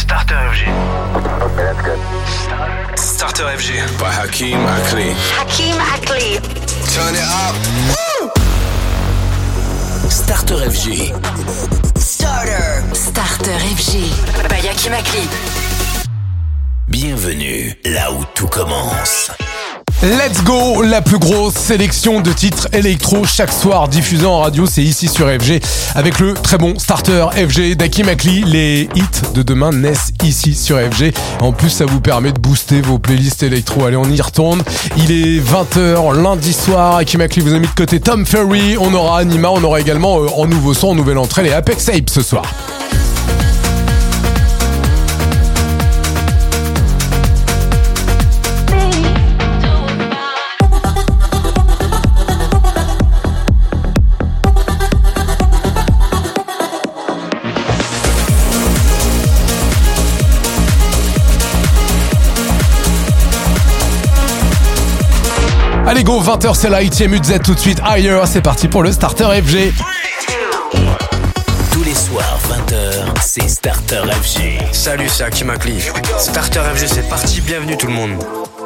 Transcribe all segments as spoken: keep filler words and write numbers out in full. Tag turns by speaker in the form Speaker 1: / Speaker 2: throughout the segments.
Speaker 1: Starter F G.
Speaker 2: Okay, that's good.
Speaker 1: Starter F G.
Speaker 3: By Hakeem Akli.
Speaker 4: Hakeem Akli.
Speaker 3: Turn it up. Woo!
Speaker 5: Starter F G.
Speaker 4: Starter. Starter F G. By Hakeem Akli.
Speaker 5: Bienvenue là où tout commence.
Speaker 6: Let's go, la plus grosse sélection de titres électro chaque soir diffusée en radio, c'est ici sur F G avec le très bon Starter F G d'Hakeem Akli. Les hits de demain naissent ici sur F G. En plus, ça vous permet de booster vos playlists électro. Allez, on y retourne. Il est vingt heures lundi soir. Hakeem Akli vous a mis de côté Tom Ferry. On aura Anima, on aura également euh, en nouveau son, en nouvelle entrée, les Apex Apes ce soir. Allez go, vingt heures c'est la huitième U Z tout de suite. Higher, c'est parti pour le Starter F G.
Speaker 5: Tous les soirs, vingt heures, c'est Starter F G.
Speaker 1: Salut, c'est Hakeem Akli. Starter F G, c'est parti. Bienvenue tout le monde.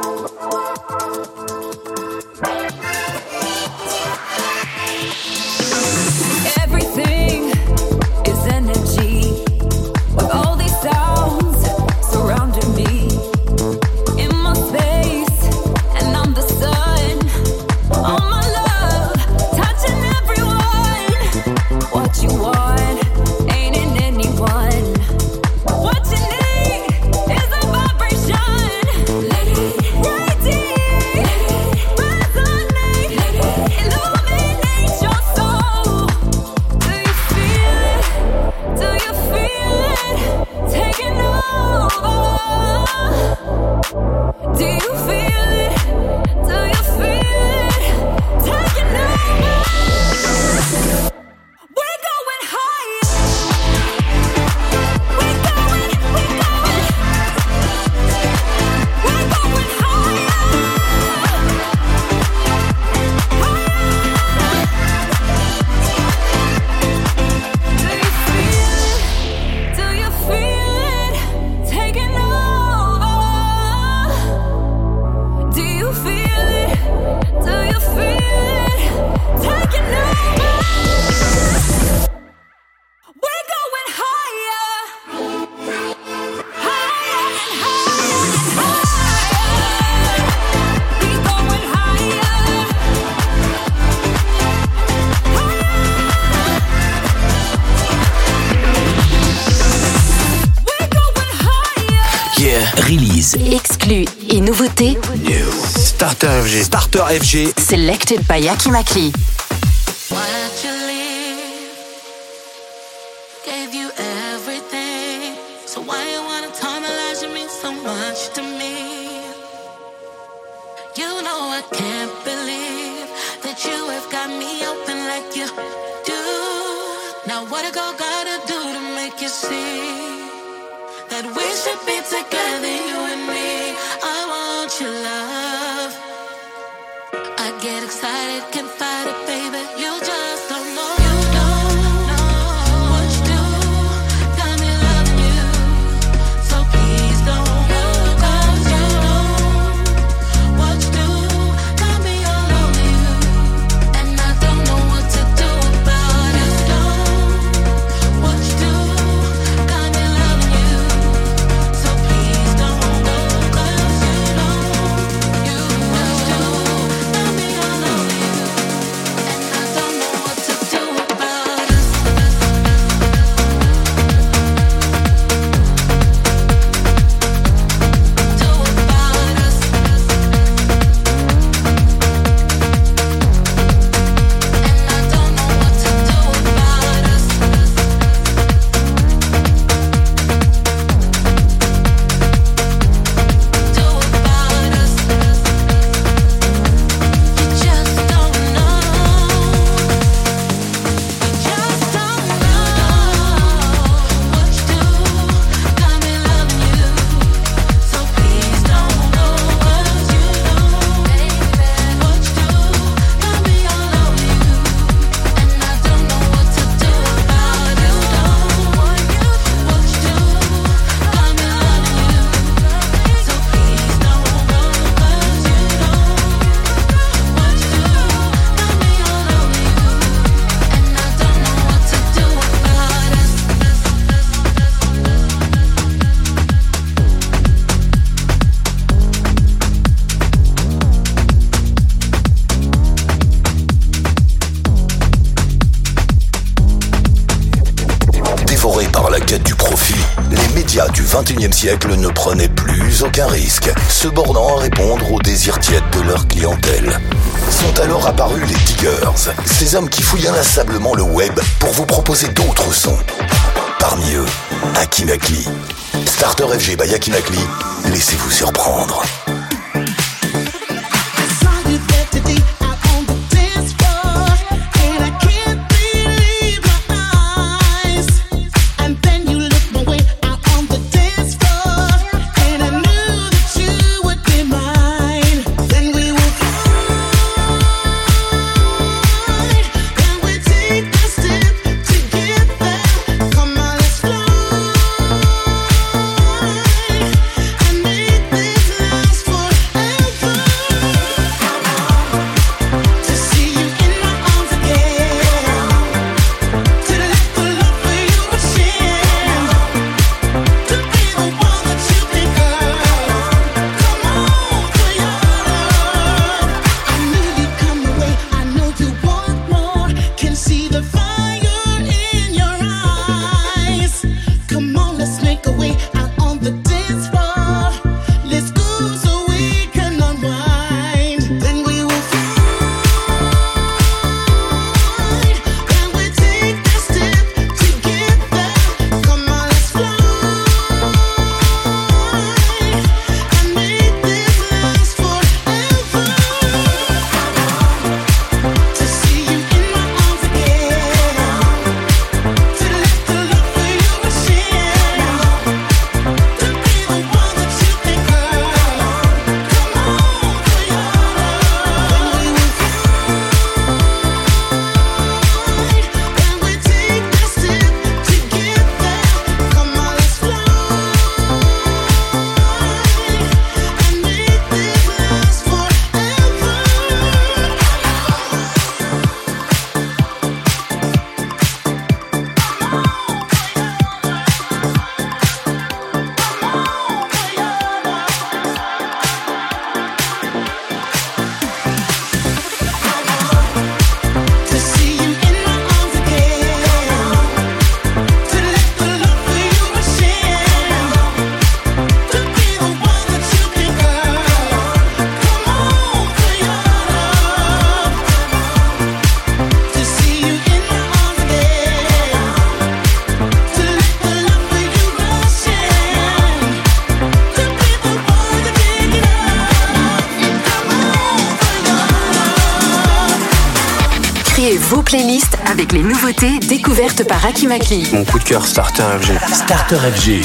Speaker 5: Release,
Speaker 4: exclu et nouveauté.
Speaker 1: New. Starter F G. Starter F G.
Speaker 4: Selected by Hakeem Akli.
Speaker 2: vingt et unième siècle ne prenaient plus aucun risque, se bornant à répondre aux désirs tièdes de leur clientèle. Sont alors apparus les diggers, ces hommes qui fouillent inlassablement le web pour vous proposer d'autres sons. Parmi eux, Hakim Akli. Starter F G by Hakim Akli, laissez-vous surprendre.
Speaker 4: Vos playlists avec les nouveautés découvertes par Hakim Akli.
Speaker 1: Mon coup de cœur, Starter F G.
Speaker 5: Starter F G.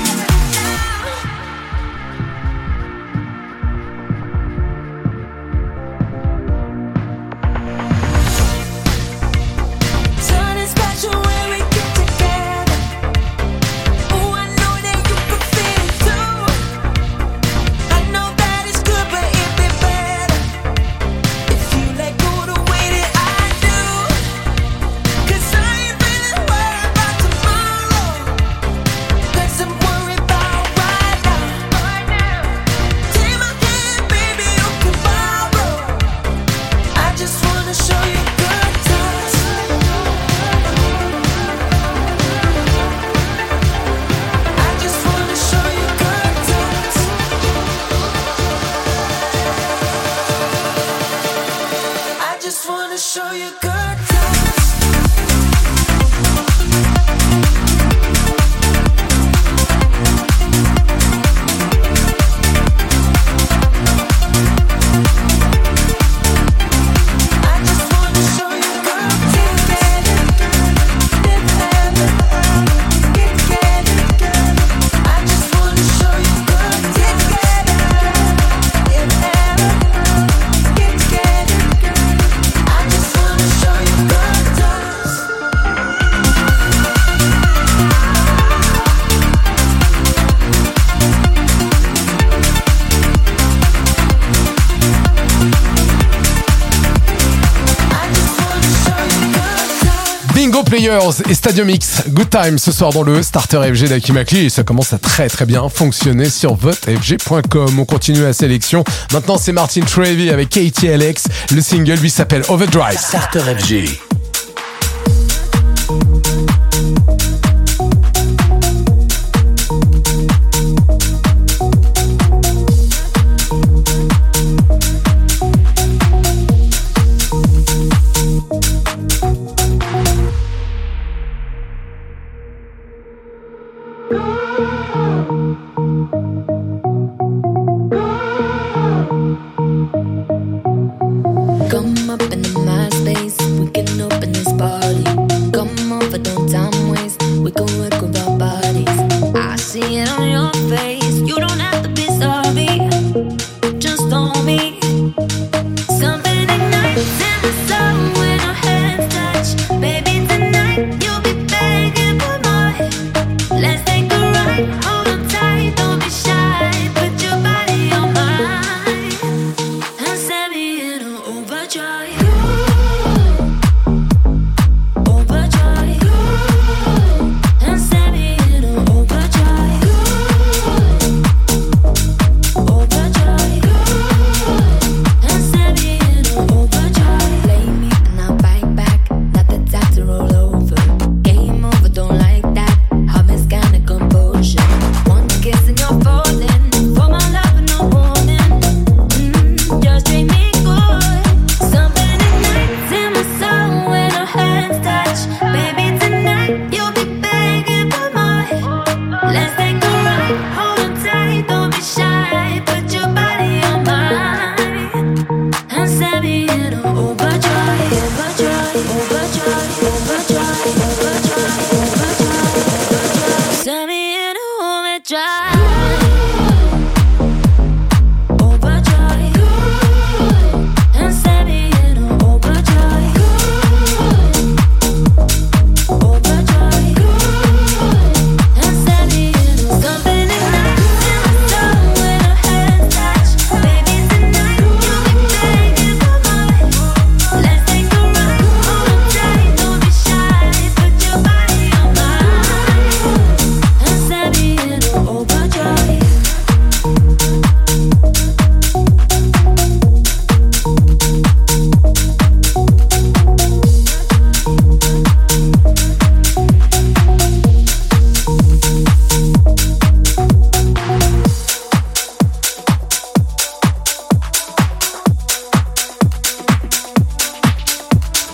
Speaker 6: Players et Stadium X, Good Time ce soir dans le Starter F G d'Hakim Akli et ça commence à très très bien fonctionner sur vote f g point com. On continue la sélection. Maintenant c'est Martin Trevey avec K T L X. Le single lui s'appelle Overdrive.
Speaker 5: Starter F G.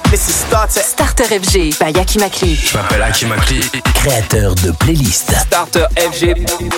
Speaker 7: This is Starter.
Speaker 4: Starter F G by Hakim Akli.
Speaker 1: Je m'appelle Hakim Akli.
Speaker 5: Créateur de playlist.
Speaker 7: Starter F G.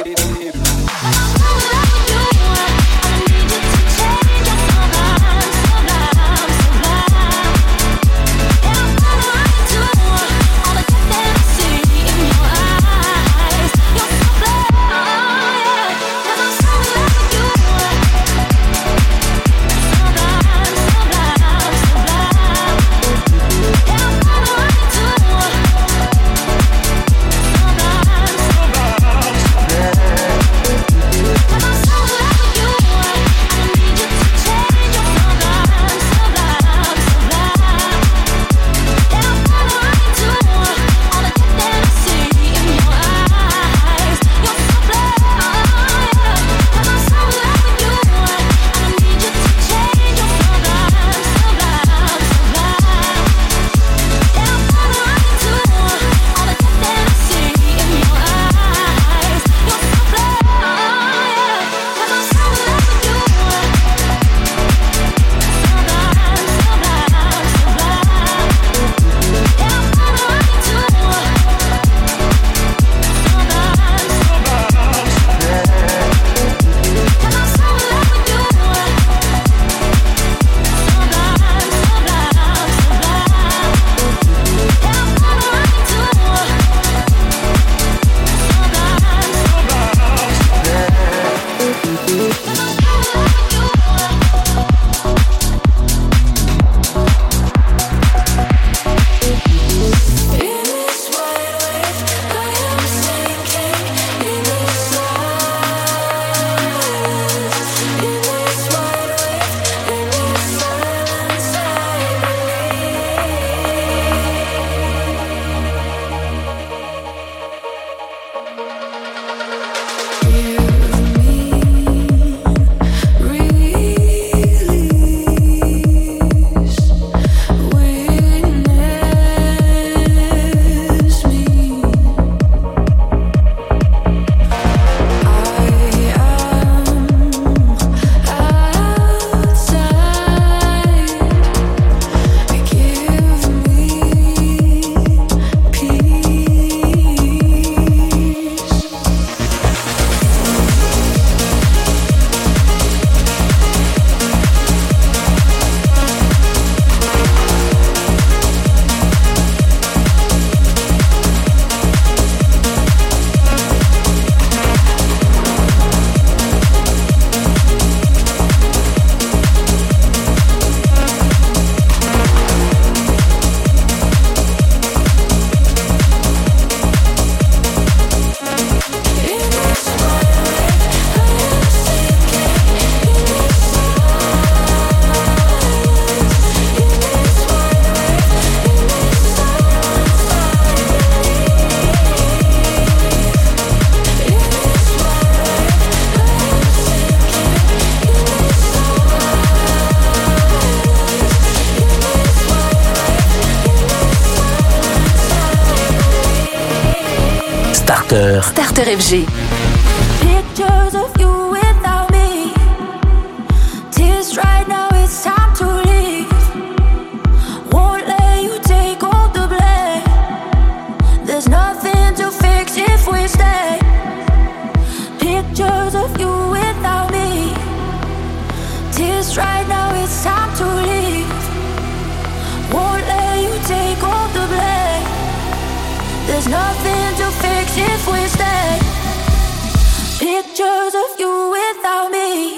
Speaker 5: Starter.
Speaker 4: Starter F G.
Speaker 8: Pictures of you without me. Tears right now, it's time to leave. Won't let you take all the blame. There's nothing to fix if we stay. Pictures of you without me. Tears right now, it's time to leave. Won't let you take all the blame. There's nothing to fix if we stay. Pictures of you without me.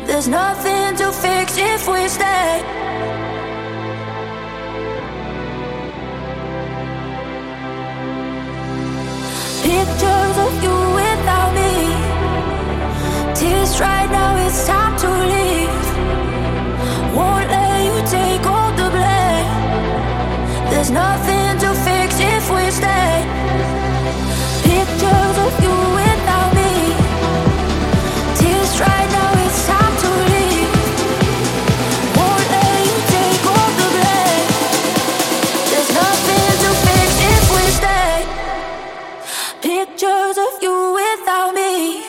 Speaker 8: There's nothing to fix if we stay. Pictures of you without me. Tears right now, it's time to leave. Won't let you take all the blame. There's nothing to fix if we stay. Pictures of you without me. Tears right now, it's time to leave. Won't let you take all the blame. There's nothing to fix if we stay. Pictures of you without me.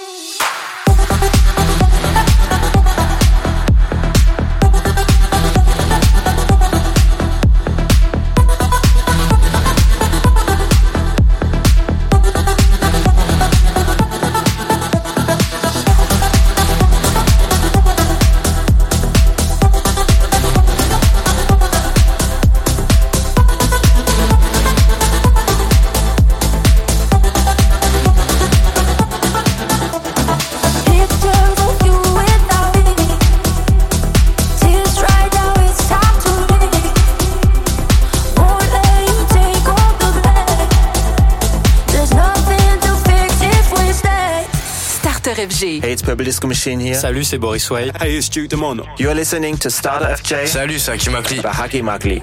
Speaker 4: F G.
Speaker 7: Hey, it's Purple Disco Machine here.
Speaker 1: Salut, c'est Boris Way.
Speaker 3: Hey, it's Duke Demono.
Speaker 7: You're listening to Starter F J.
Speaker 1: Salut, c'est Hakim Akli.
Speaker 7: By Hakim Akli.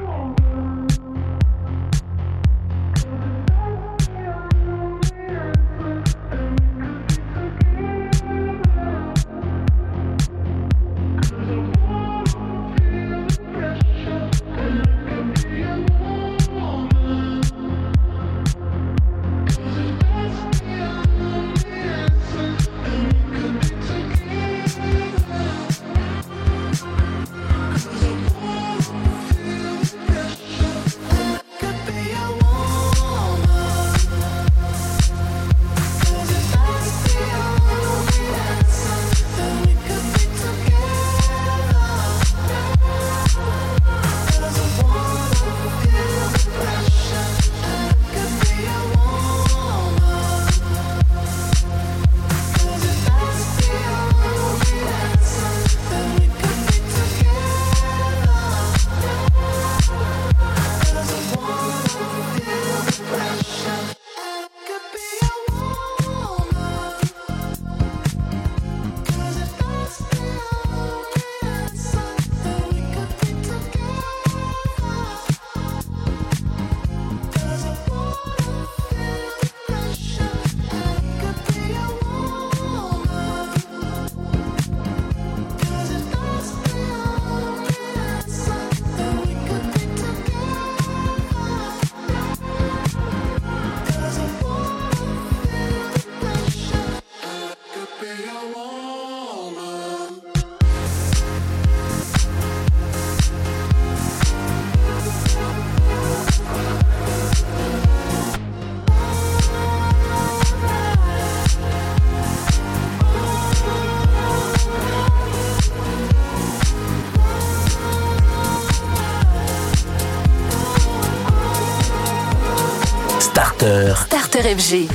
Speaker 5: Starter.
Speaker 4: Starter F G.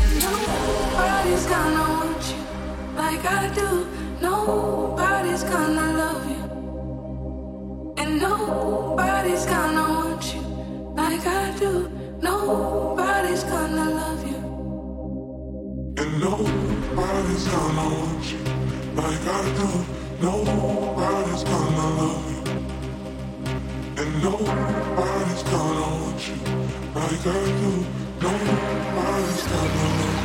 Speaker 8: Nobody's gonna want you like I do. Nobody's gonna love you. And nobody's gonna want you like I do. Nobody's gonna love you.
Speaker 9: And nobody's gonna want you like I do. Nobody's gonna love you. And nobody's gonna want you like I do. Nobody's gonna love you.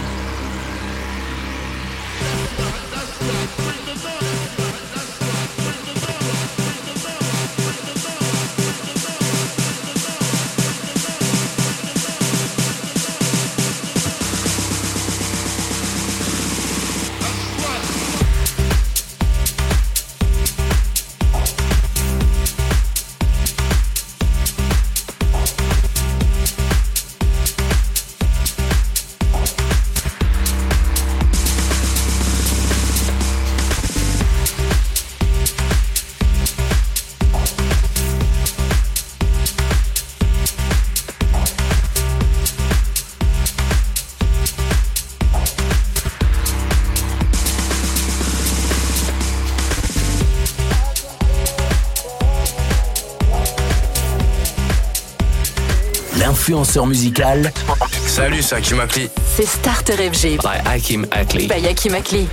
Speaker 5: influenceur musical.
Speaker 1: Salut, c'est Hakim Akli.
Speaker 4: C'est Starter F G.
Speaker 7: By Hakim Akli.
Speaker 4: By Hakim Akli.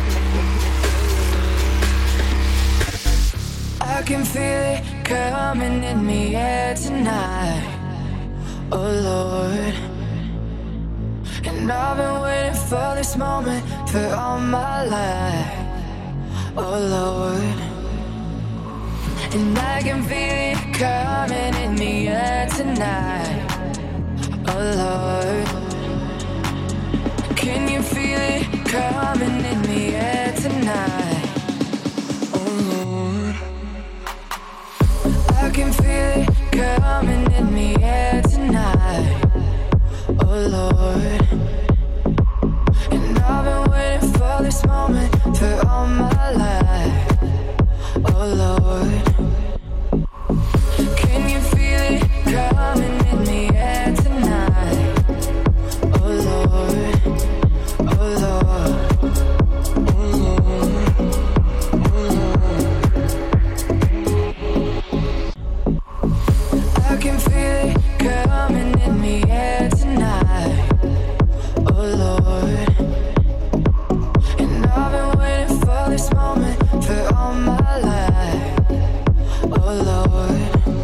Speaker 8: I can feel it coming in me here tonight. Oh Lord. And I've been waiting for this moment for all my life. Oh Lord. And I can feel it coming in me here tonight. Oh Lord. Can you feel it coming in me here tonight? Oh Lord. I can feel it coming in me here tonight. Oh Lord. And I've been waiting for this moment for all my life. Oh Lord. Can you feel it coming in me here tonight? Oh Lord. Oh Lord. Oh Lord. Oh Lord. I can feel it coming in me here tonight. Oh Lord. And I've been waiting for this moment for all my life. Oh Lord.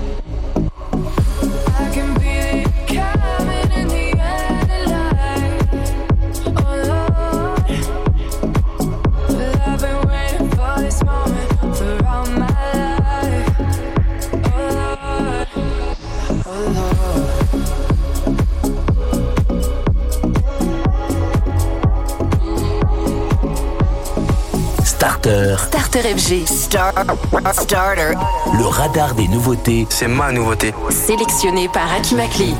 Speaker 8: I can feel it coming in the air tonight. Oh Lord. Well, I've been waiting for this moment for all my life. Oh Lord. Oh Lord.
Speaker 5: Starter,
Speaker 4: Starter F G. Star- Starter.
Speaker 5: le radar des nouveautés.
Speaker 1: C'est ma nouveauté.
Speaker 4: Sélectionné par Hakim Akli.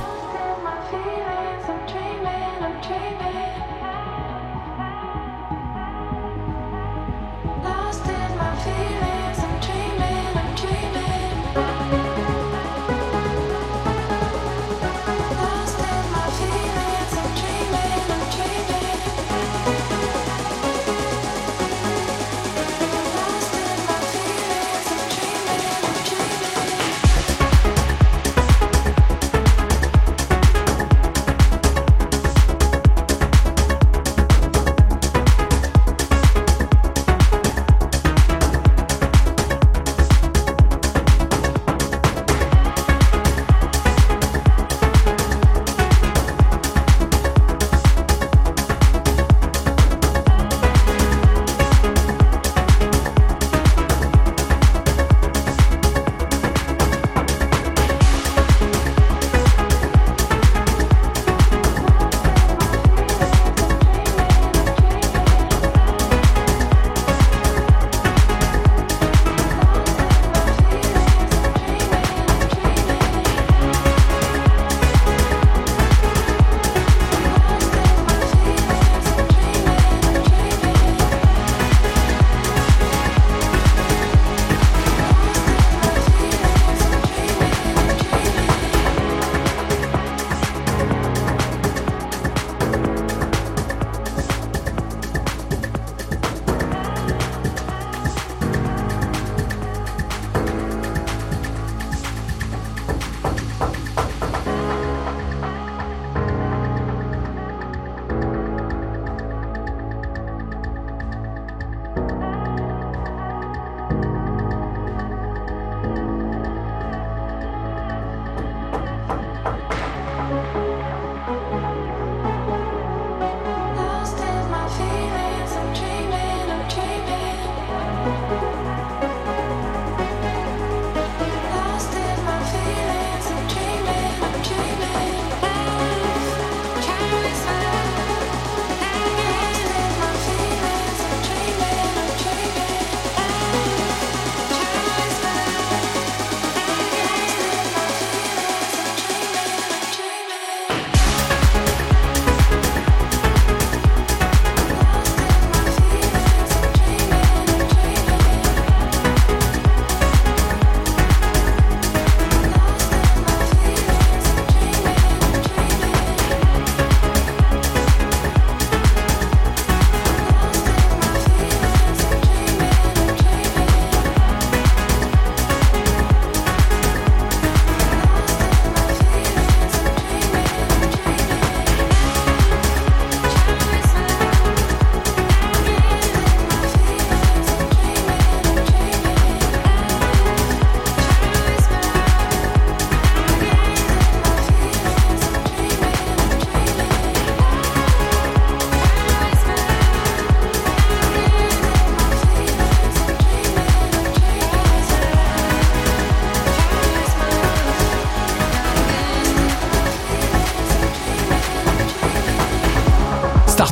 Speaker 8: Dreaming,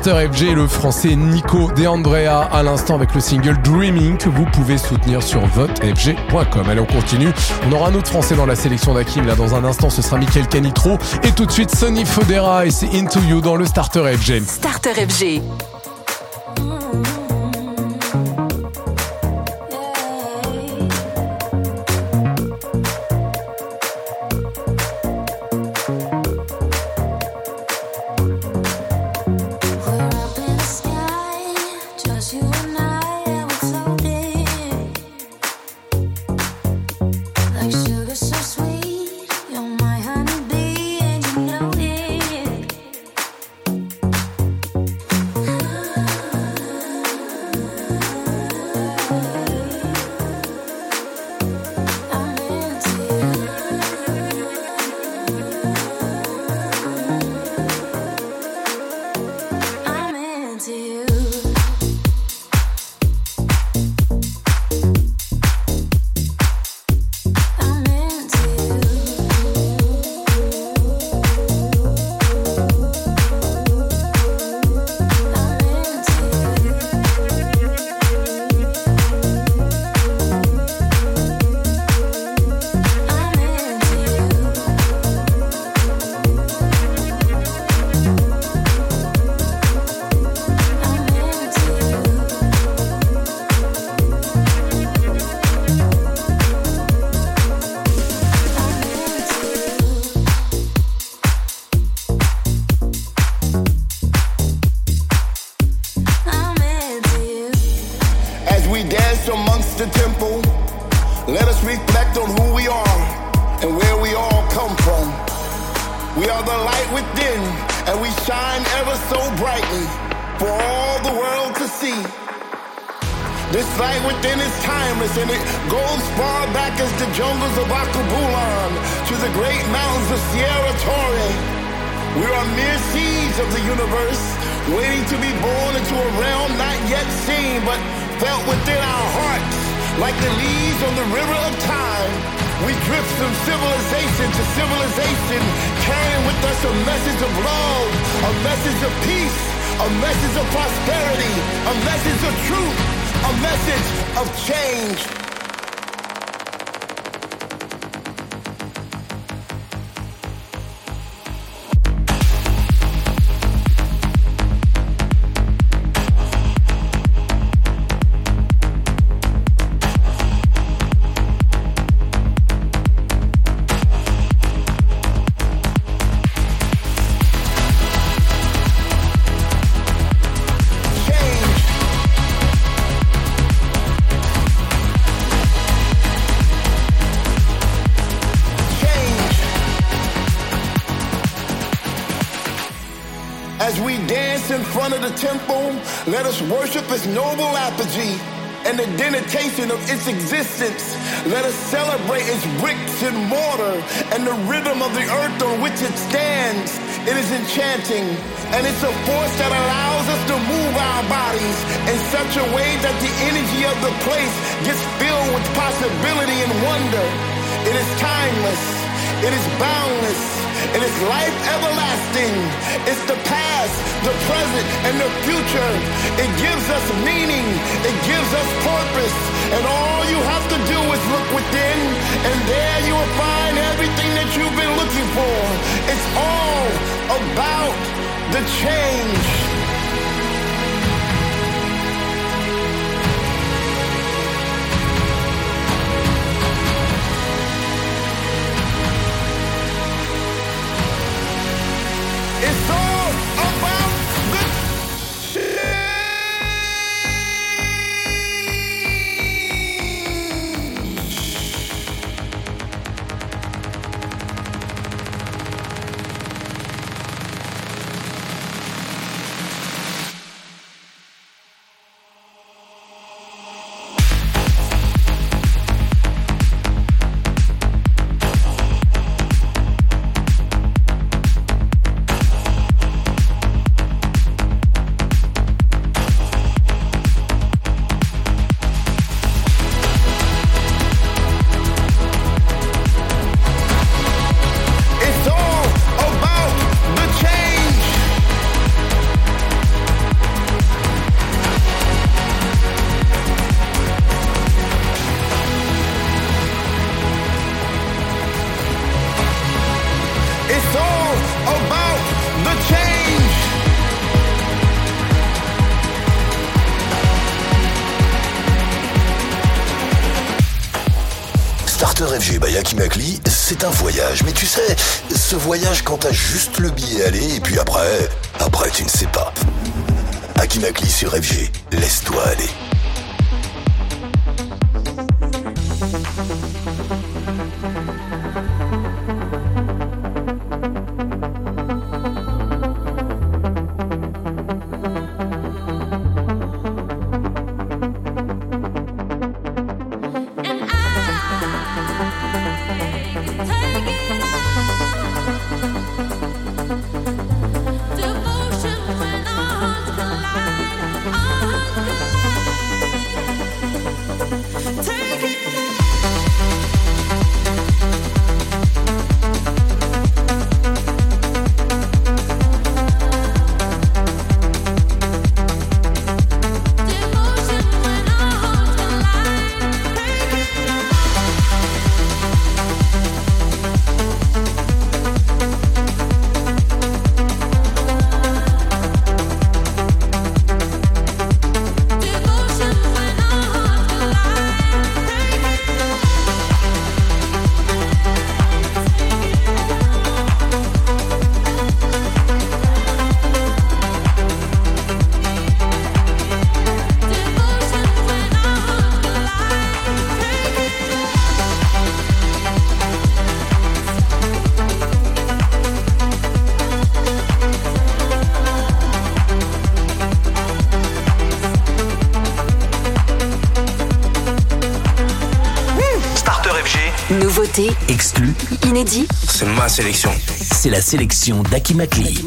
Speaker 6: Starter F G et le français Nico De Andrea à l'instant avec le single Dreaming que vous pouvez soutenir sur vote f g point com. Allez, on continue. On aura un autre français dans la sélection d'Hakim. Là, dans un instant, ce sera Michael Canitro. Et tout de suite, Sonny Fodera et c'est Into You dans le Starter F G.
Speaker 4: Starter F G.
Speaker 10: As we dance in front of the temple, let us worship its noble apogee and the denotation of its existence. Let us celebrate its bricks and mortar and the rhythm of the earth on which it stands. It is enchanting, and it's a force that allows us to move our bodies in such a way that the energy of the place gets filled with possibility and wonder. It is timeless. It is boundless. It is life everlasting. It's the past, the present, and the future. It gives us meaning. It gives us purpose. And all you have to do is look within, and there you will find everything that you've been looking for. It's all about the change. It's all about the
Speaker 2: Starter F G by Hakim Akli, c'est un voyage. Mais tu sais, ce voyage quand t'as juste le billet aller et puis après, après tu ne sais pas. Hakim Akli sur F G, laisse-toi aller.
Speaker 4: Nouveauté,
Speaker 5: exclu,
Speaker 4: inédit.
Speaker 1: C'est ma sélection.
Speaker 5: C'est la sélection d'Hakim Akli.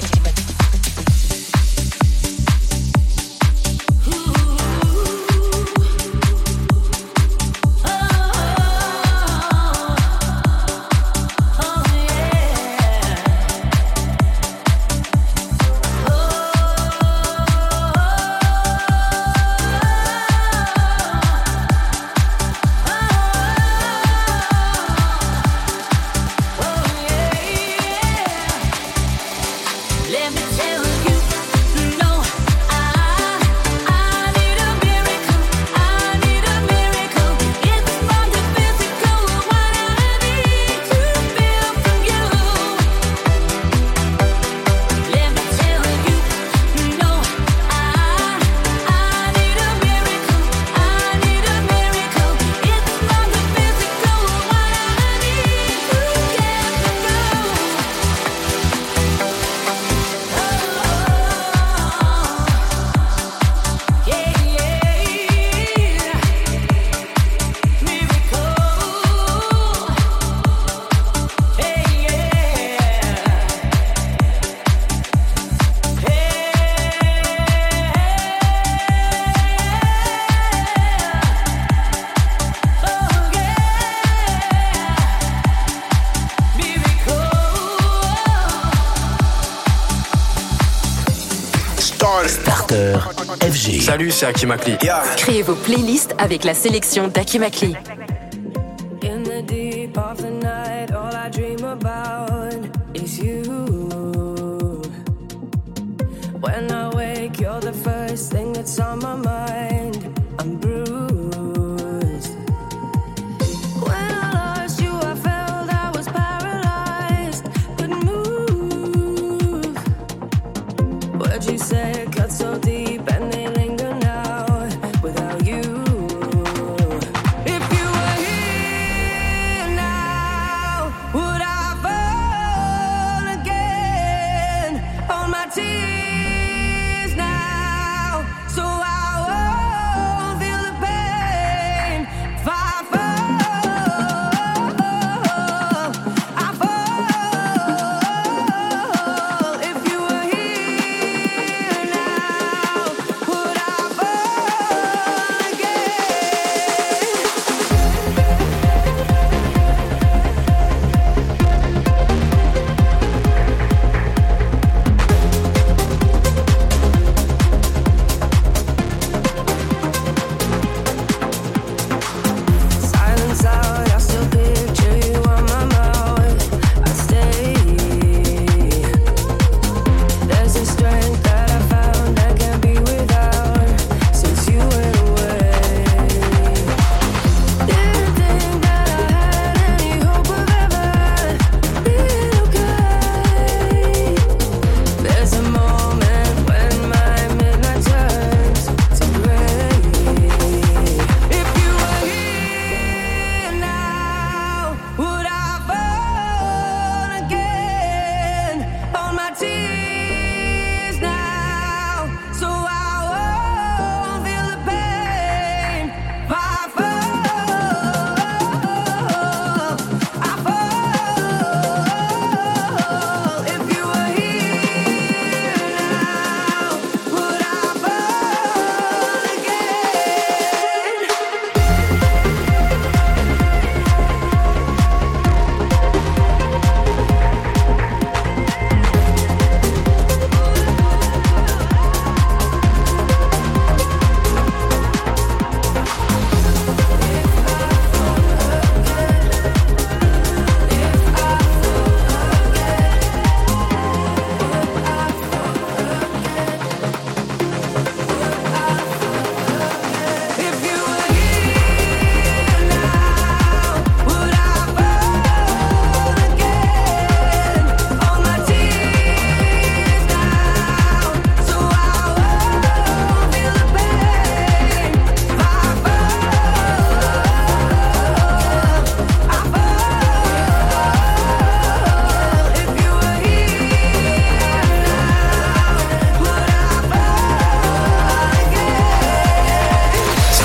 Speaker 5: Starter F G.
Speaker 1: Salut, c'est Hakim Akli. Yeah.
Speaker 4: Créez vos playlists avec la sélection d'Hakim Akli.
Speaker 8: In the deep of the night, all I dream about is you. When I wake, you're the first thing that's on my mind. I'm bruised. When I lost you, I felt I was paralyzed, couldn't move. Words you say cut so deep and they linger now without you. If you were here now, would I fall?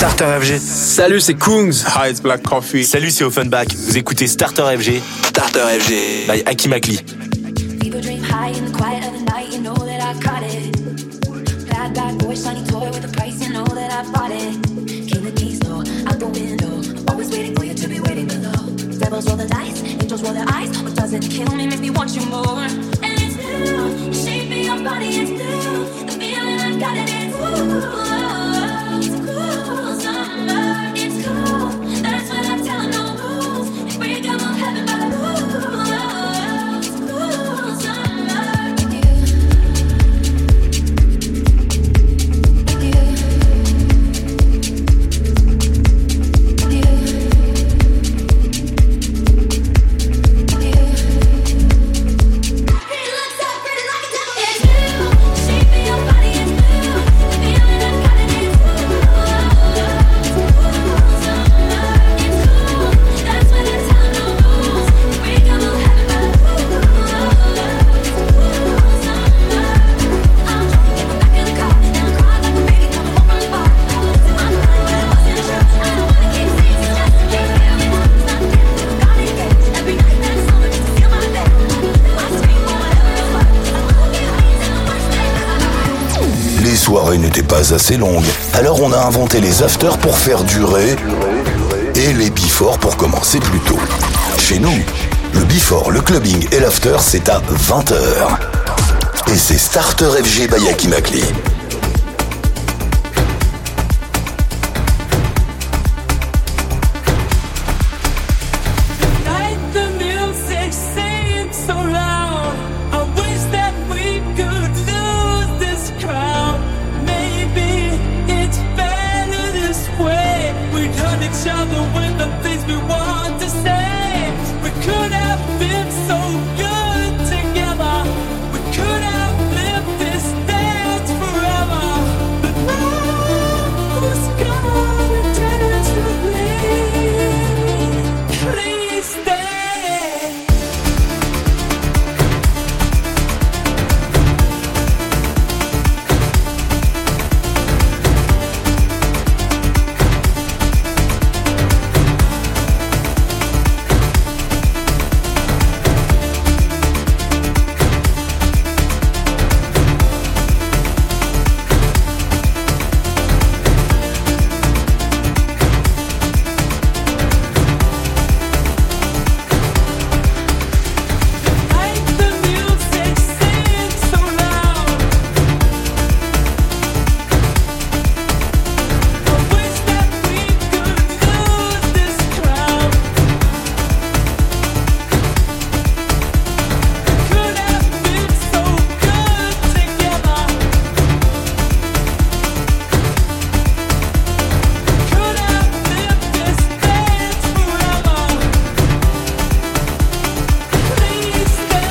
Speaker 1: Starter F G.
Speaker 7: Salut, c'est Kungs.
Speaker 3: Hi, it's Black Coffee.
Speaker 1: Salut, c'est Offenbach. Vous écoutez Starter F G.
Speaker 7: Starter F G.
Speaker 1: By Hakim Akli.
Speaker 8: People dream high in the quiet of the night, you know that I got it. Bad, bad boy, shiny toy with a price, you know that I bought it. King the keys, though, out the window. Always waiting for you to be waiting below. Devils roll the dice, angels roll their eyes. What doesn't kill me make me want you more. And it's new, the shape of your body is new. The feeling I've got it is ooh. It's cool, summer, it's cool. That's what I'm telling no rules. If we come on heaven by the rules. It's cool, summer, with you. With you. With you. With you. He looks so pretty like a devil. It's new. The shape of your body is new. The feeling I've got it is cool. It's cool, summer, it's cool. That's what I'm telling no rules. If we come on heaven by the rules. It's cool, summer. I'm drunk, get back in the car, and I cry like a baby coming home from the bar. I looked in my mind, but it wasn't true. I don't wanna keep saying it's just a game. It's not dead, got engaged. Every night that summer just to feel my bed. I scream for whatever it's worth. I wanna get high till the worst day.
Speaker 2: Les soirées n'étaient pas assez longues, alors on a inventé les afters pour faire durer et les before pour commencer plus tôt. Chez nous, le before, le clubbing et l'after, c'est à vingt heures. Et c'est Starter F G by Hakim Akli.
Speaker 11: Like the music singing so loud, I wish that we could lose this crowd. Maybe it's better this way. We hurt each other with the things we want to say. We could have been so good together. We could have lived this dance forever. But now who's gonna dance with me? Please stay. Like the music singing so loud, I wish that we could lose this crowd. Could have been so good together. Could have lived this dance forever. Please stay.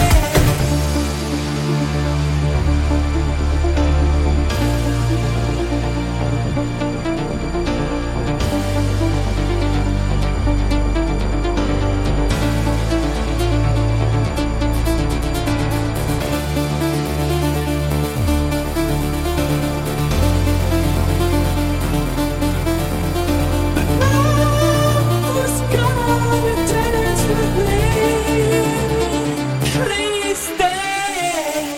Speaker 11: Who's gonna dance with me? Please stay.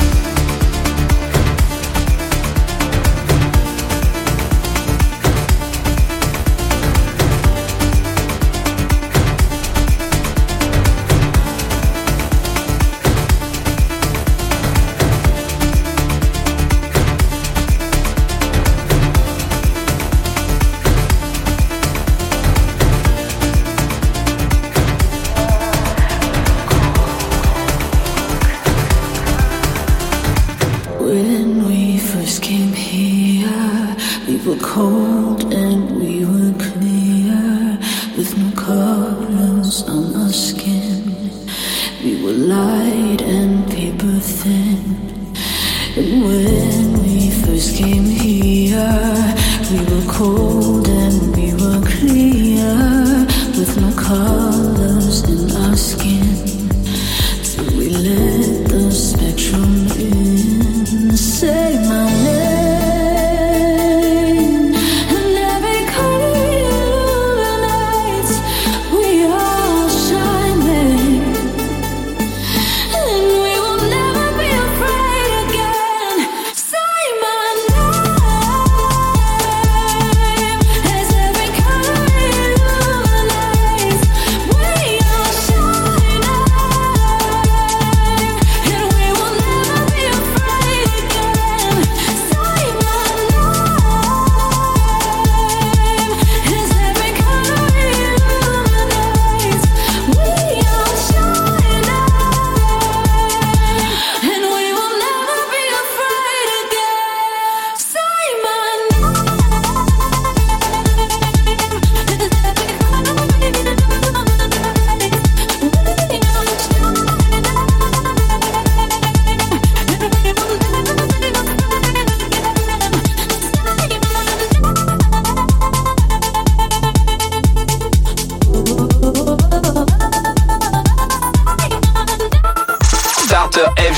Speaker 12: When we first came here, we were cold and we were clear, with no colors on our skin. We were light and paper thin. And when we first came here, we were cold and we were clear, with no colors in our skin. Till we let the spectrum in. Say my name, and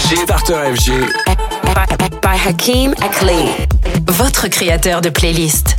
Speaker 7: F G, Starter F G.
Speaker 4: By Hakeem Akli. Votre créateur de playlist.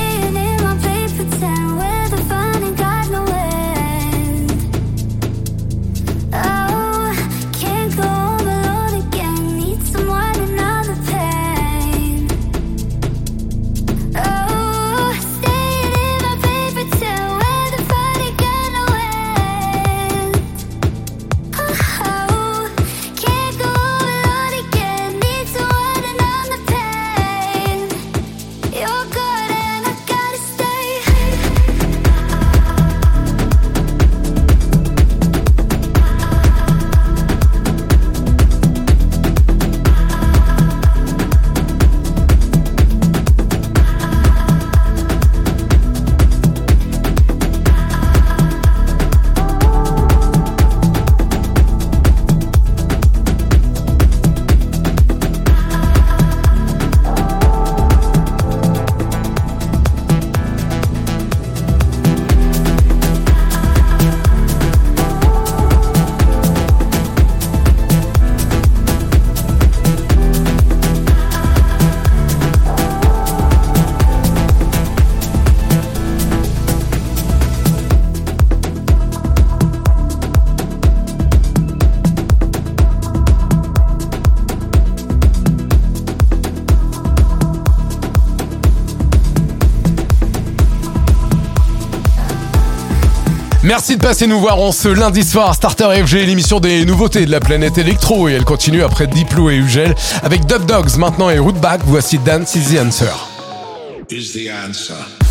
Speaker 6: Merci de passer nous voir en ce lundi soir. Starter F G, l'émission des nouveautés de la planète électro. Et elle continue après Diplo et Ugel avec Dub Dogs maintenant et Rootback. Voici Dance is the Answer.
Speaker 9: Is the answer.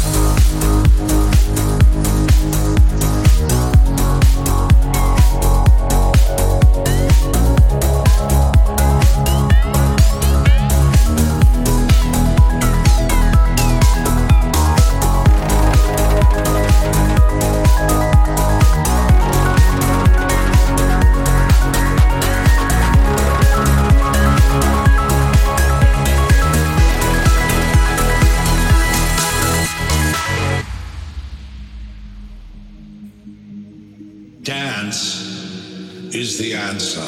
Speaker 9: Is the answer.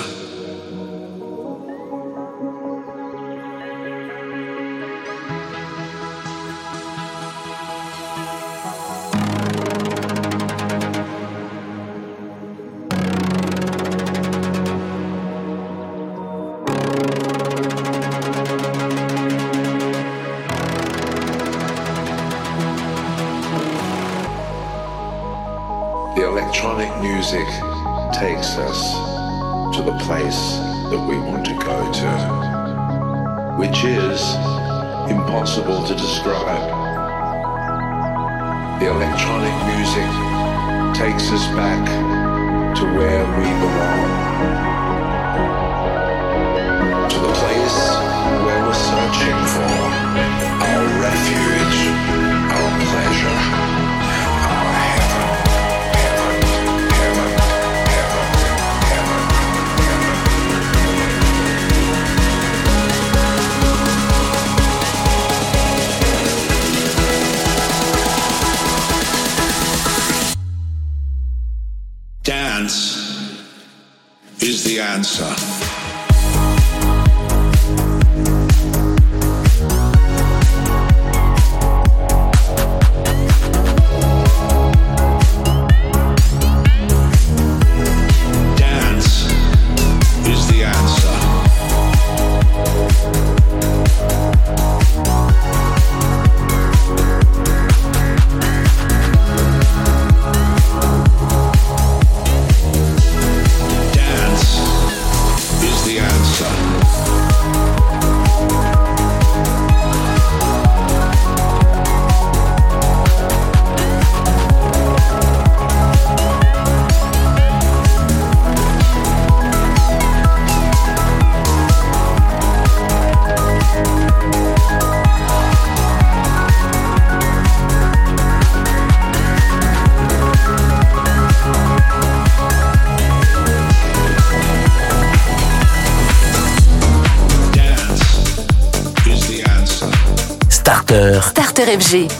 Speaker 13: The electronic music takes us to the place that we want to go to, which is impossible to describe. The electronic music takes us back to where we belong, to the place where we're searching for our refuge, our pleasure, our heaven.
Speaker 9: Dance is the answer.
Speaker 4: Starter F G.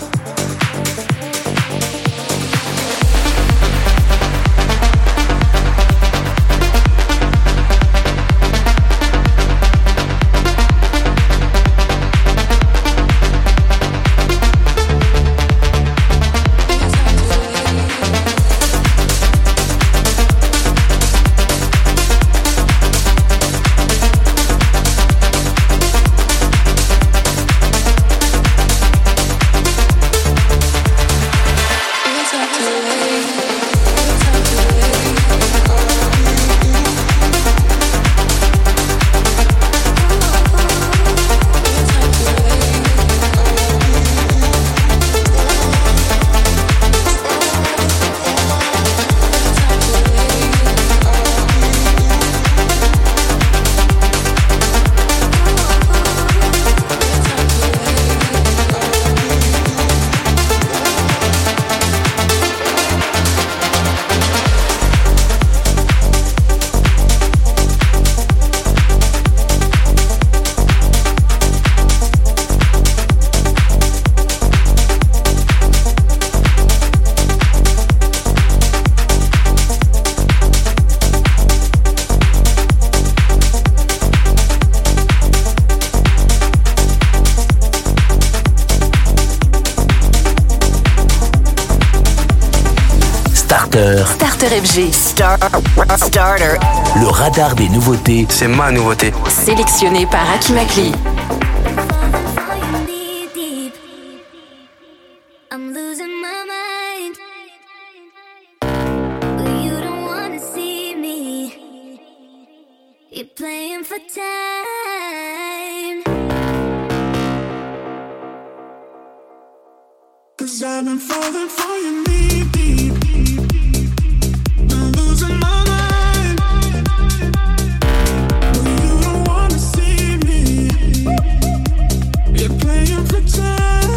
Speaker 5: Starter.
Speaker 4: Starter F G. Star- Starter.
Speaker 5: Le radar des nouveautés.
Speaker 1: C'est ma nouveauté.
Speaker 4: Sélectionné par Hakim Akli.
Speaker 8: I'm losing my mind, but you don't wanna see me. You're playing for time.
Speaker 9: 'Cause I've been falling for you deep, deep, deep. I'm losing my mind, but you don't wanna see me. You're playing for time.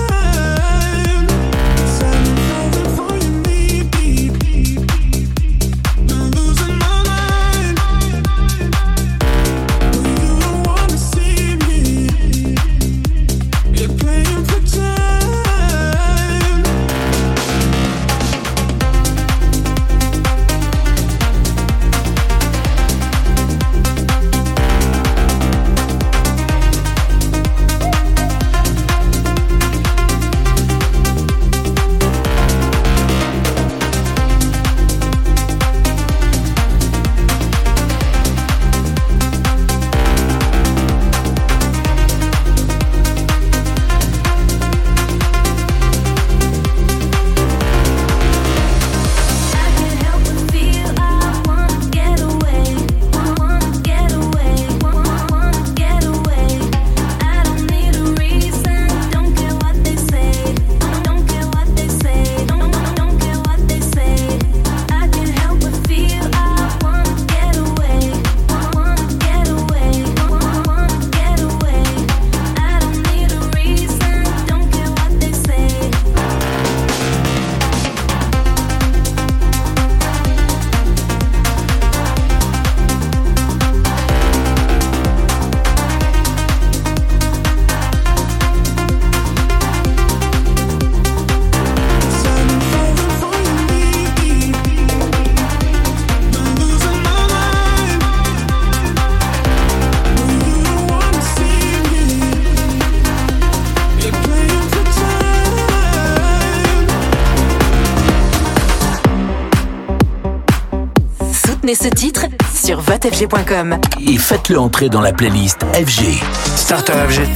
Speaker 4: Ce titre sur vote f g point com
Speaker 5: et faites-le entrer dans la playlist F G.
Speaker 1: Starter F G.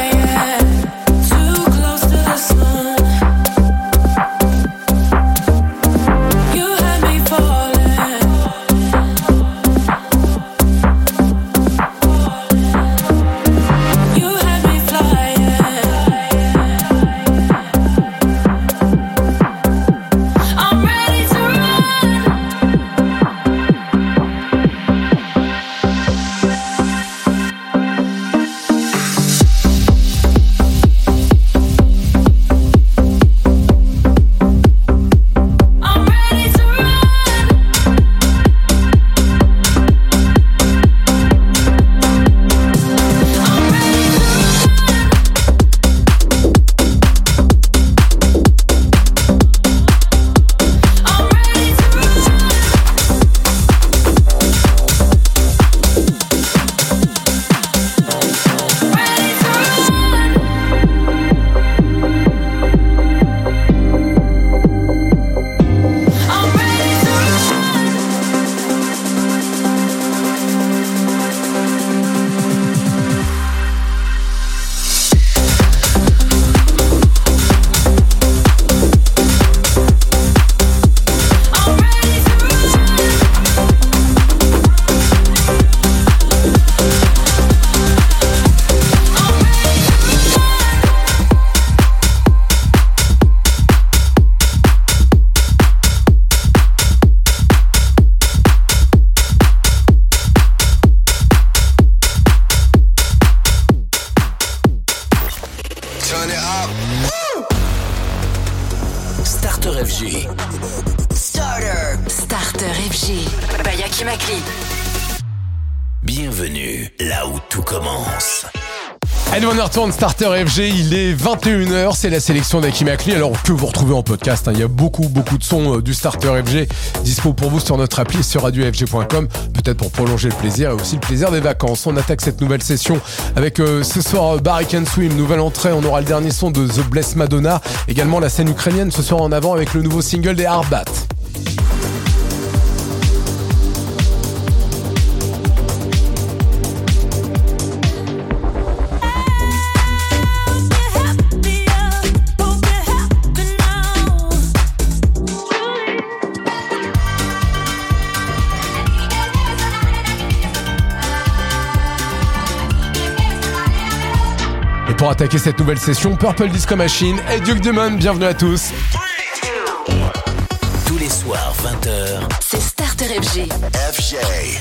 Speaker 5: Starter F G.
Speaker 4: Starter. Starter F G. By Hakim Akli.
Speaker 5: Bienvenue là où tout commence.
Speaker 6: Allez, on retourne Starter F G, il est vingt et une heures, c'est la sélection d'Hakim Akli, alors que vous retrouvez en podcast, hein. Il y a beaucoup beaucoup de sons euh, du Starter F G dispo pour vous sur notre appli sur radio f g point com, peut-être pour prolonger le plaisir et aussi le plaisir des vacances. On attaque cette nouvelle session avec euh, ce soir Barry Can Swim, nouvelle entrée, on aura le dernier son de The Blessed Madonna, également la scène ukrainienne ce soir en avant avec le nouveau single des Arbat. pour attaquer cette nouvelle session. Purple Disco Machine et Duke Dumont, bienvenue à tous.
Speaker 5: Tous les soirs, vingt heures,
Speaker 4: c'est Starter F G.
Speaker 2: F G.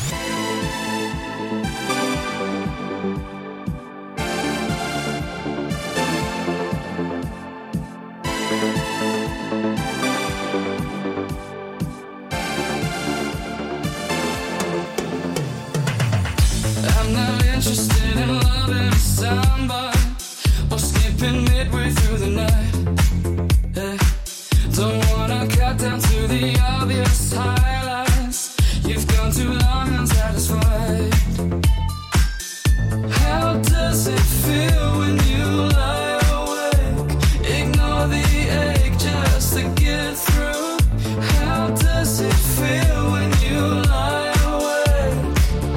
Speaker 11: I'm not interested in loving somebody or skipping midway through the night. Yeah. Don't wanna cut down to the obvious highlights. You've gone too long unsatisfied. How does it feel when you lie awake? Ignore the ache just to get through. How does it feel when you lie awake?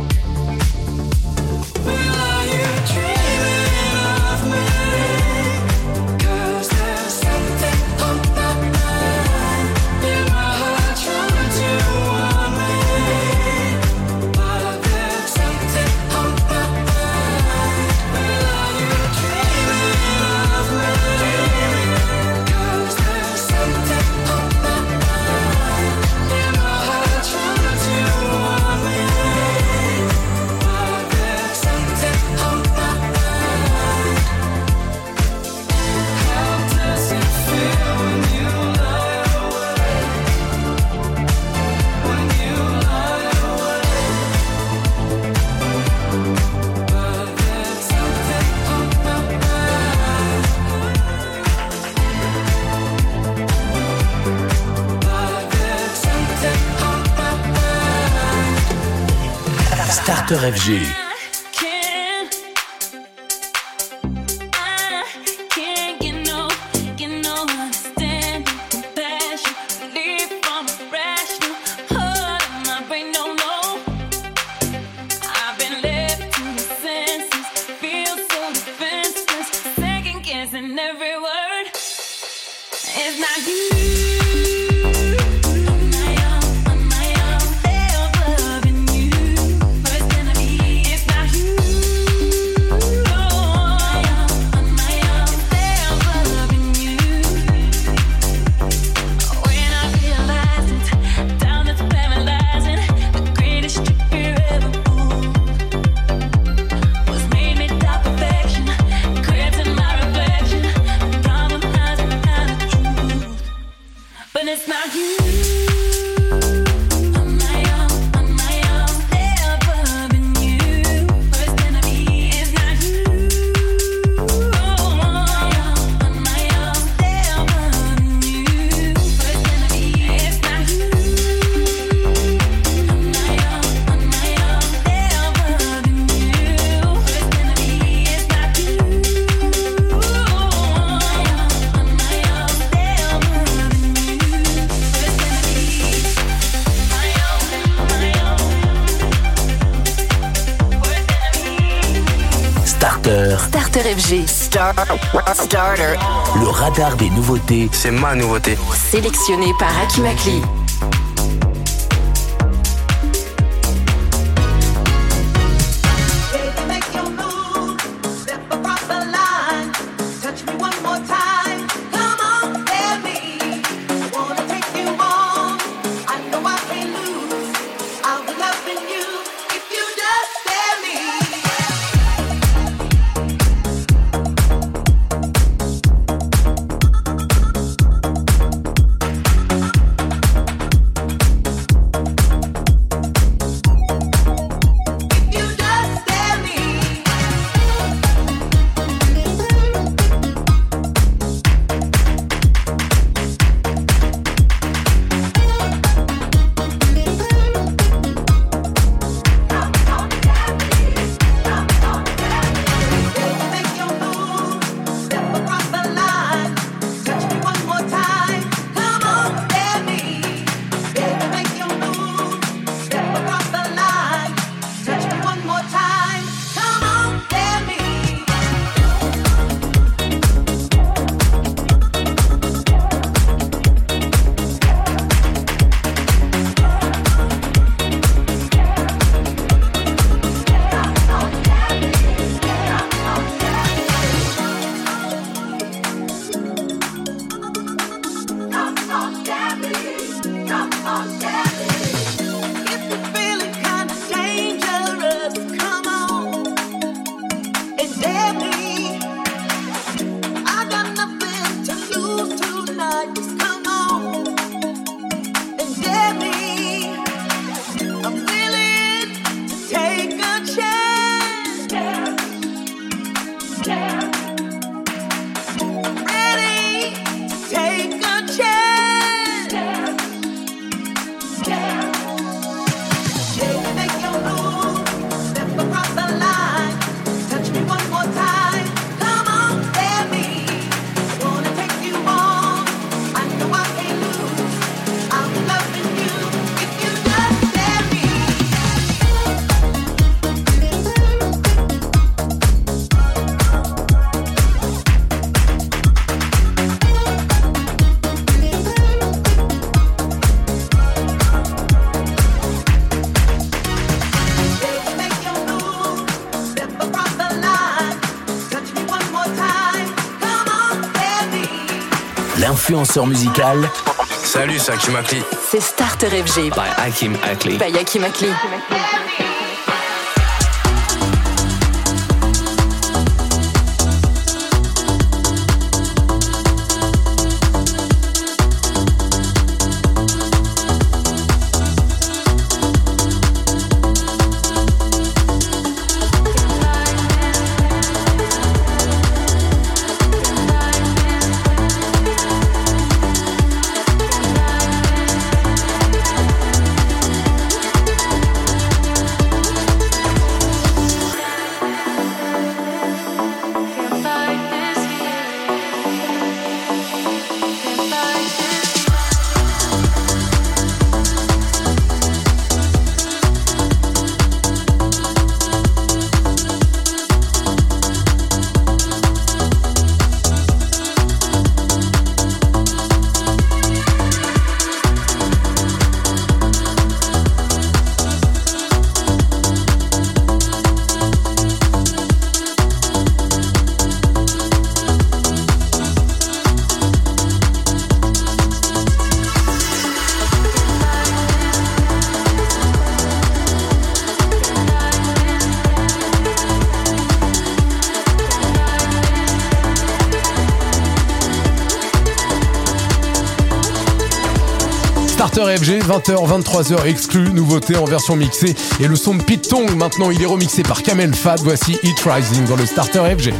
Speaker 11: Will are you dreaming of me? 'Cause there's something on my mind. In my heart trying to want me. But there's something on my mind. Will are you dreaming of me? 'Cause there's something on my mind. In my heart trying to want me. But there's something on my mind. How does it feel when you lie awake? When you lie awake. But there's something on my mind. But there's something on my mind.
Speaker 5: Starter F G.
Speaker 8: Can't, I can't get no, get no understanding, compassion, relief from irrational heart of my brain. No, no, I've been left to my senses, feel so defenseless, second guessing every word. It's not you. On my own, on my own, stay over loving you. First gonna be, it's not you. On my own, on my own, stay over loving you. When I realize it, down it's paralyzing. The greatest trick you ever pulled was made me doubt perfection, cribs in my reflection, compromising out of truth. But it's not you. On my own, on my own, stay over loving you. First gonna be, it's not you. On my own, on my own, stay over loving you. First gonna be, it's not you. On my own, on my own, stay over loving you. First gonna be, it's not you. On my own, on my own, stay over loving you. First gonna be my own, my own. First gonna be.
Speaker 5: Starter,
Speaker 4: Starter F G. Star, Starter.
Speaker 5: le radar des nouveautés.
Speaker 1: C'est ma nouveauté.
Speaker 4: Sélectionné par Hakim Akli.
Speaker 11: Make your move, step across the line, touch me one more time. Come on, let me. I wanna take you on. I know I can't lose. I'll be loving you if you just let me.
Speaker 5: L'influenceur musical.
Speaker 1: Salut, c'est Hakim Akli.
Speaker 4: C'est Starter F G.
Speaker 1: By Hakim Akli.
Speaker 4: By Hakim Akli.
Speaker 6: Starter F G, vingt heures, vingt-trois heures exclu, nouveauté en version mixée. Et le son de Pete Tong, maintenant il est remixé par Kamel Fad. Voici Heat Rising dans le Starter F G.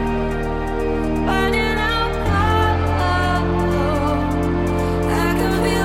Speaker 8: I can feel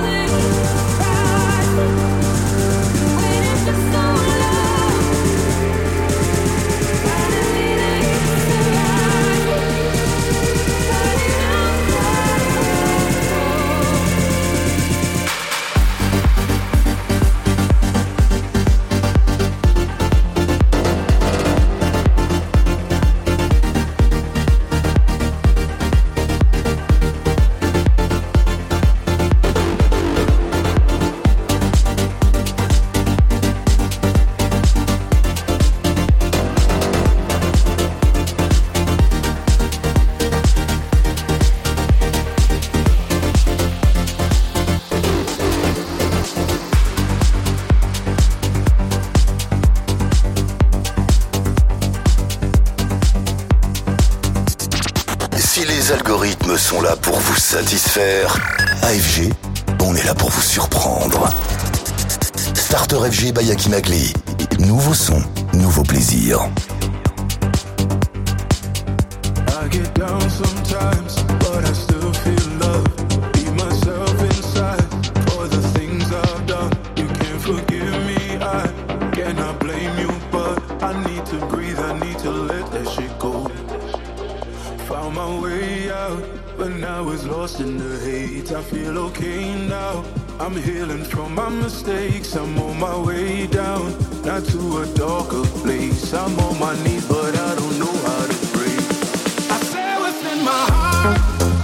Speaker 2: algorithmes sont là pour vous satisfaire, A F G, on est là pour vous surprendre. Starter F G by Hakim Akli. Nouveau son, nouveau plaisir.
Speaker 9: I get down sometimes, but I still feel love. Be myself inside for the things I've done. You can't forgive me, I cannot blame you, but I need to breathe, I need to let that shit go. Found my way out, but now it's lost in the hate. I feel okay now, I'm healing from my mistakes. I'm on my way down, not to a darker place. I'm on my knees, but I don't know how to breathe. I say what's in my heart,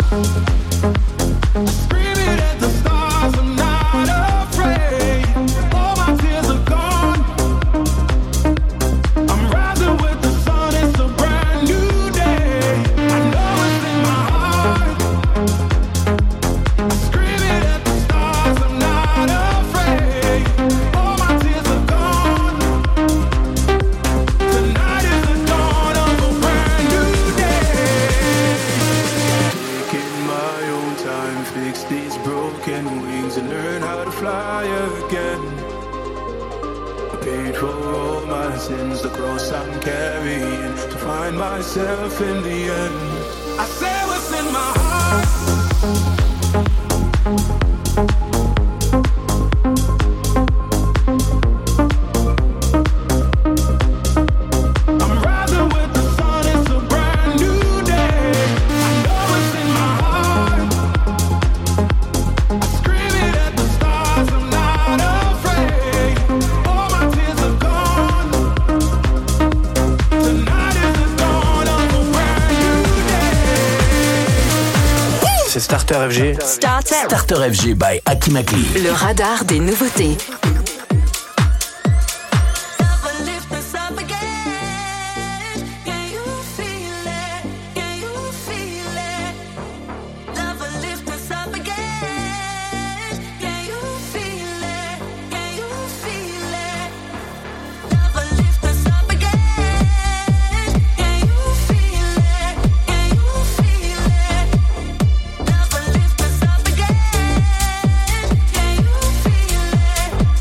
Speaker 9: scream it at the stars, I'm not afraid. All my tears are gone, I'm rising with the sun, it's a brand new day. I know it's in my heart, scream it at the stars, I'm not afraid. All my tears are gone, tonight is the dawn of a brand new day. Taking my own time, fix these broken wings and learn how to fly again. I paid for all my sins, the cross I'm carrying, to find myself in the end. I say what's in my heart, I'm rising with the sun, it's a brand new day. I know it's in my heart, I scream it at the stars, I'm not afraid. All my tears are gone, tonight is the dawn of a brand new day.
Speaker 1: C'est Starter F G.
Speaker 4: Starter.
Speaker 5: Starter F G by Hakim Akli.
Speaker 4: Le radar des nouveautés.
Speaker 8: Can you feel it?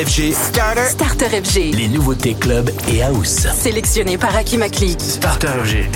Speaker 7: F G.
Speaker 4: Starter. Starter F G.
Speaker 5: Les nouveautés club et house.
Speaker 4: Sélectionné par Hakim Akli.
Speaker 1: Starter F G.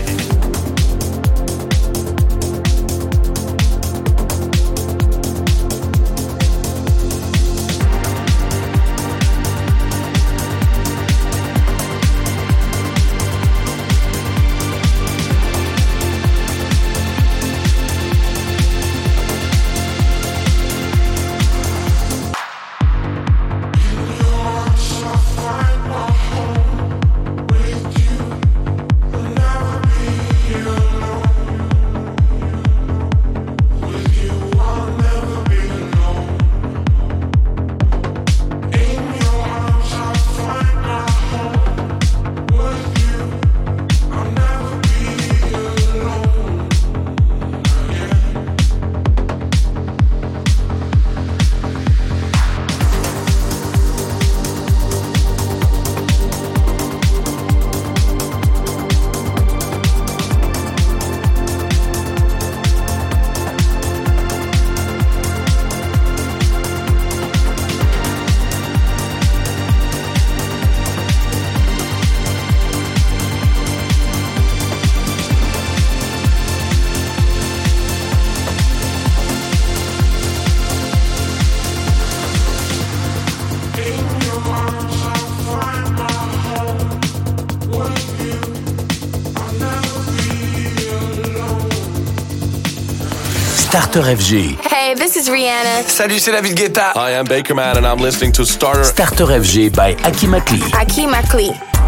Speaker 5: Starter F G.
Speaker 14: Hey, this is Rihanna.
Speaker 3: Salut, c'est David Guetta. I am Baker Man and I'm listening to Starter.
Speaker 5: Starter F G by Hakim Akli.
Speaker 14: Hakim Akli.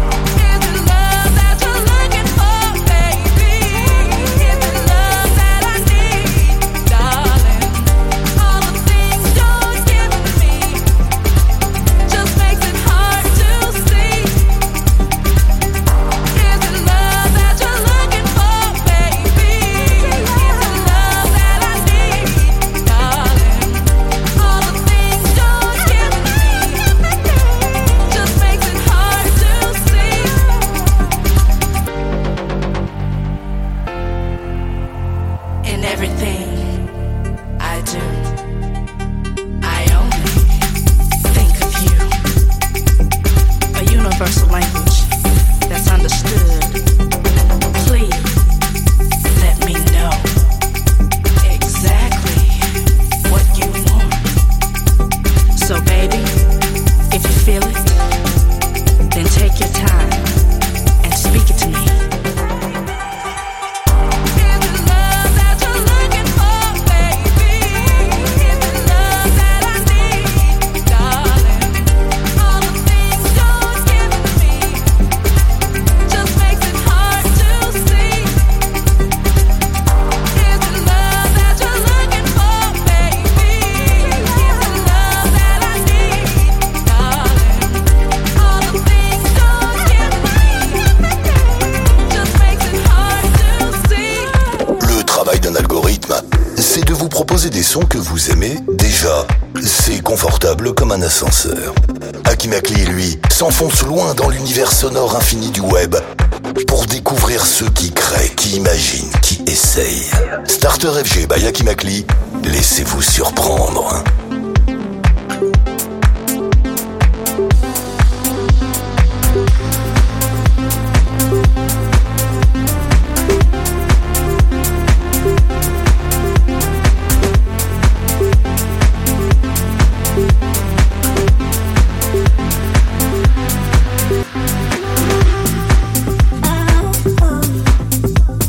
Speaker 2: Des sons que vous aimez déjà, c'est confortable comme un ascenseur. Hakim Akli, lui, s'enfonce loin dans l'univers sonore infini du web pour découvrir ceux qui créent, qui imaginent, qui essayent. Starter F G by Hakim Akli, laissez-vous surprendre.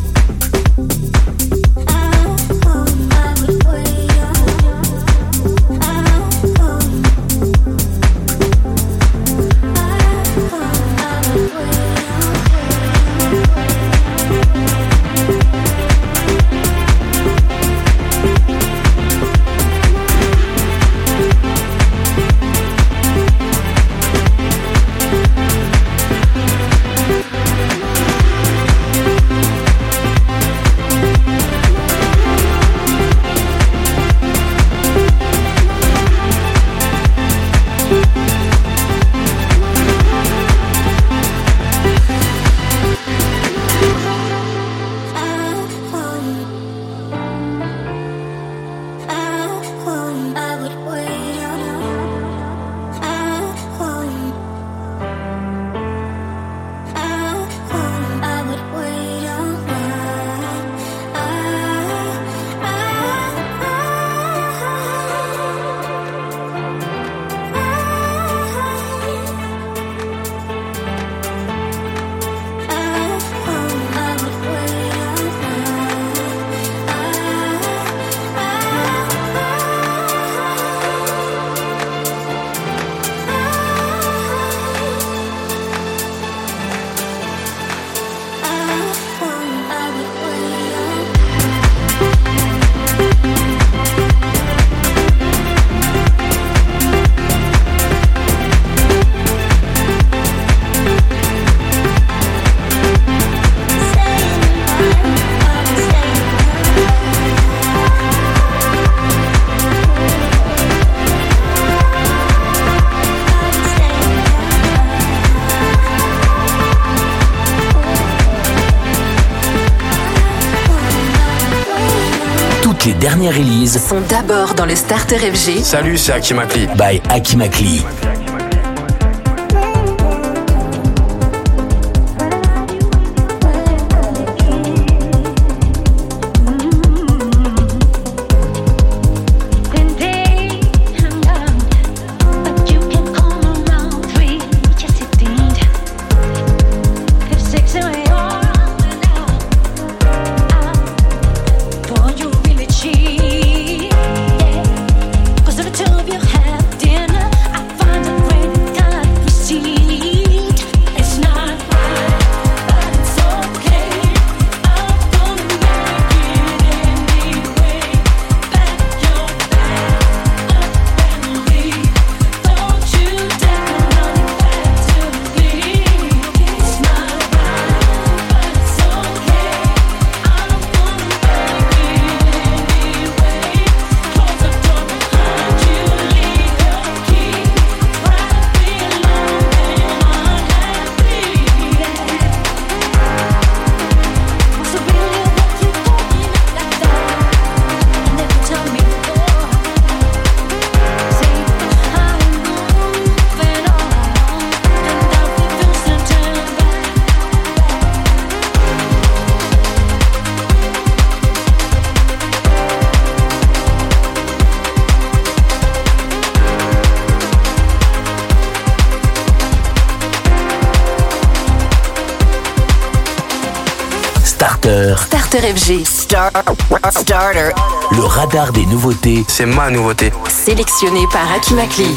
Speaker 8: Oh,
Speaker 5: Toutes les dernières releases
Speaker 4: sont d'abord dans le Starter F G.
Speaker 1: Salut, c'est Hakim Akli.
Speaker 5: by Hakim Akli.
Speaker 4: Starter F G. Star- Starter.
Speaker 5: Le radar des nouveautés.
Speaker 1: C'est ma nouveauté.
Speaker 4: Sélectionné par Hakim Akli.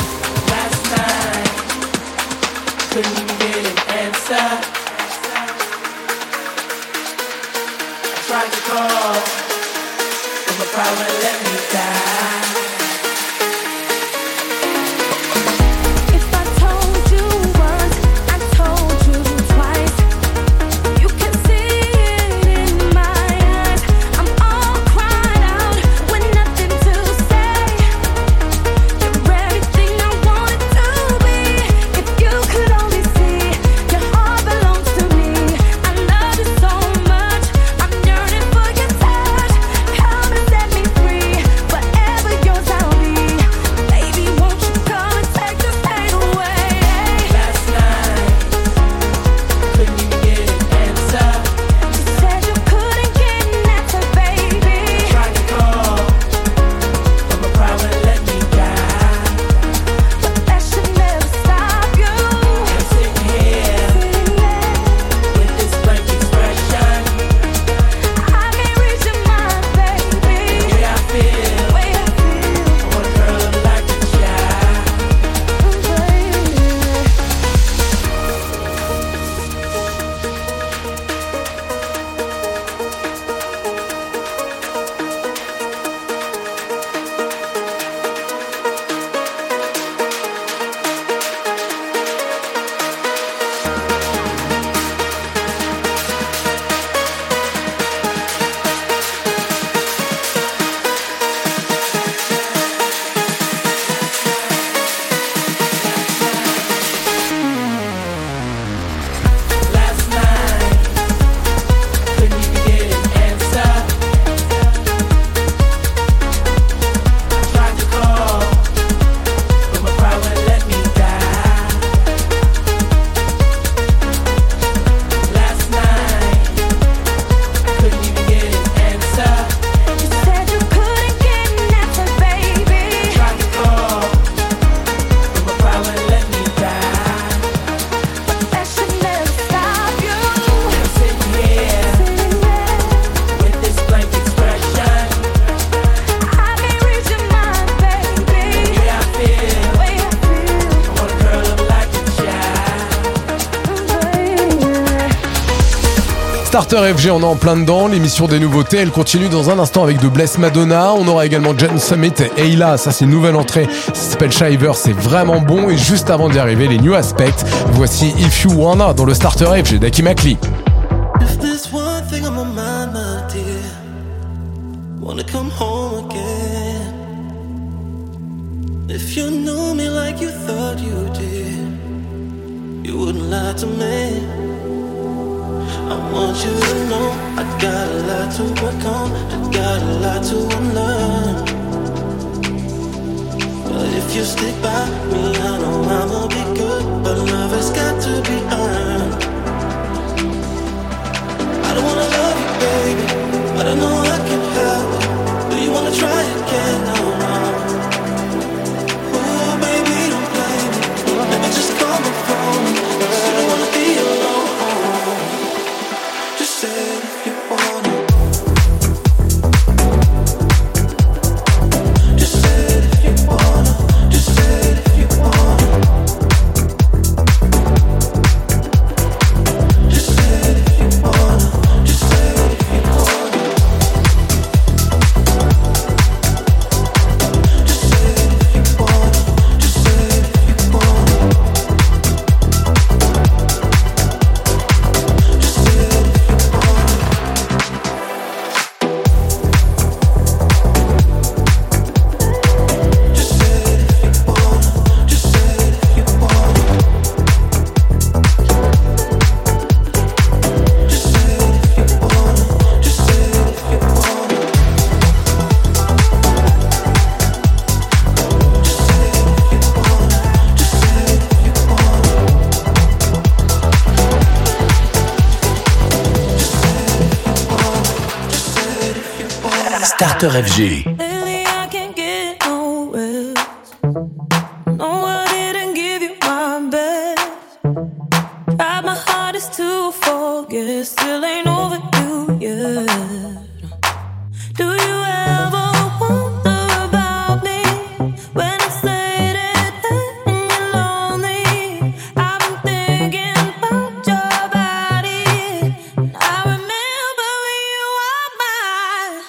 Speaker 6: Starter F G, on est en plein dedans. L'émission des nouveautés, elle continue dans un instant avec de Bless Madonna. On aura également Jen Summit et Ayla. Ça, c'est une nouvelle entrée. Ça s'appelle Shiver. C'est vraiment bon. Et juste avant d'y arriver, les New Aspects. Voici If You Wanna dans le Starter F G d'Hakim Akli.
Speaker 15: If there's one thing on my mind, my dear, wanna come home again. If you knew me like you thought you did, you wouldn't lie to me. I want you to know I got a lot to work on, I got a lot to unlock. stick by me. I know I'ma be good, but love has got to be earned. I don't wanna love you, baby, but I know I can help it. Do you wanna try again? No, no. Ooh, baby, don't blame me. Let me just call my phone. I don't wanna be alone. Just say if you wanna.
Speaker 5: Starter F G.
Speaker 8: Lately I can't get no rest. No, I didn't give you my best. Tried my hardest to forget, still ain't over you yet. Do you ever wonder about me when it's late at night and you're lonely? I've been thinking about your body. I remember when you were mine.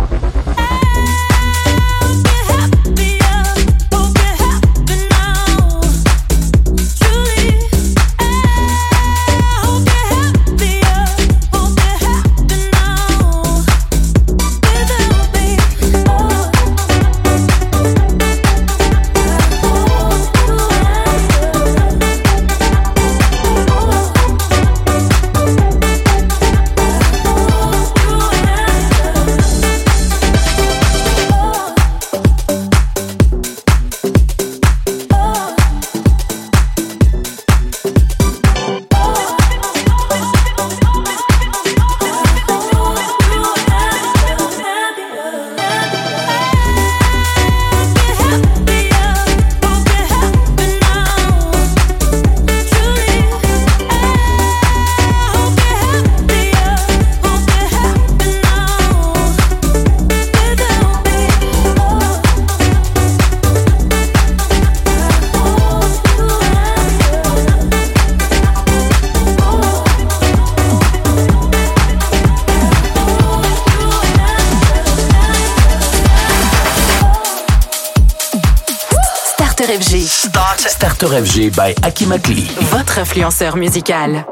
Speaker 5: Starter F G by Hakim Akli.
Speaker 4: Votre influenceur musical.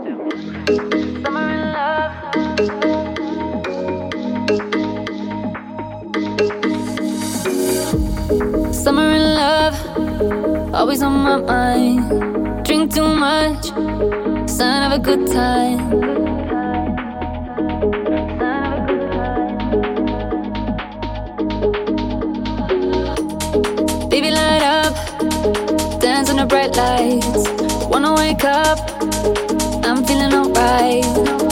Speaker 16: Summer in love, always on my mind. Drink too much, sign of a good time. Baby, light up, dance in the bright lights. Wanna wake up, I'm feeling alright.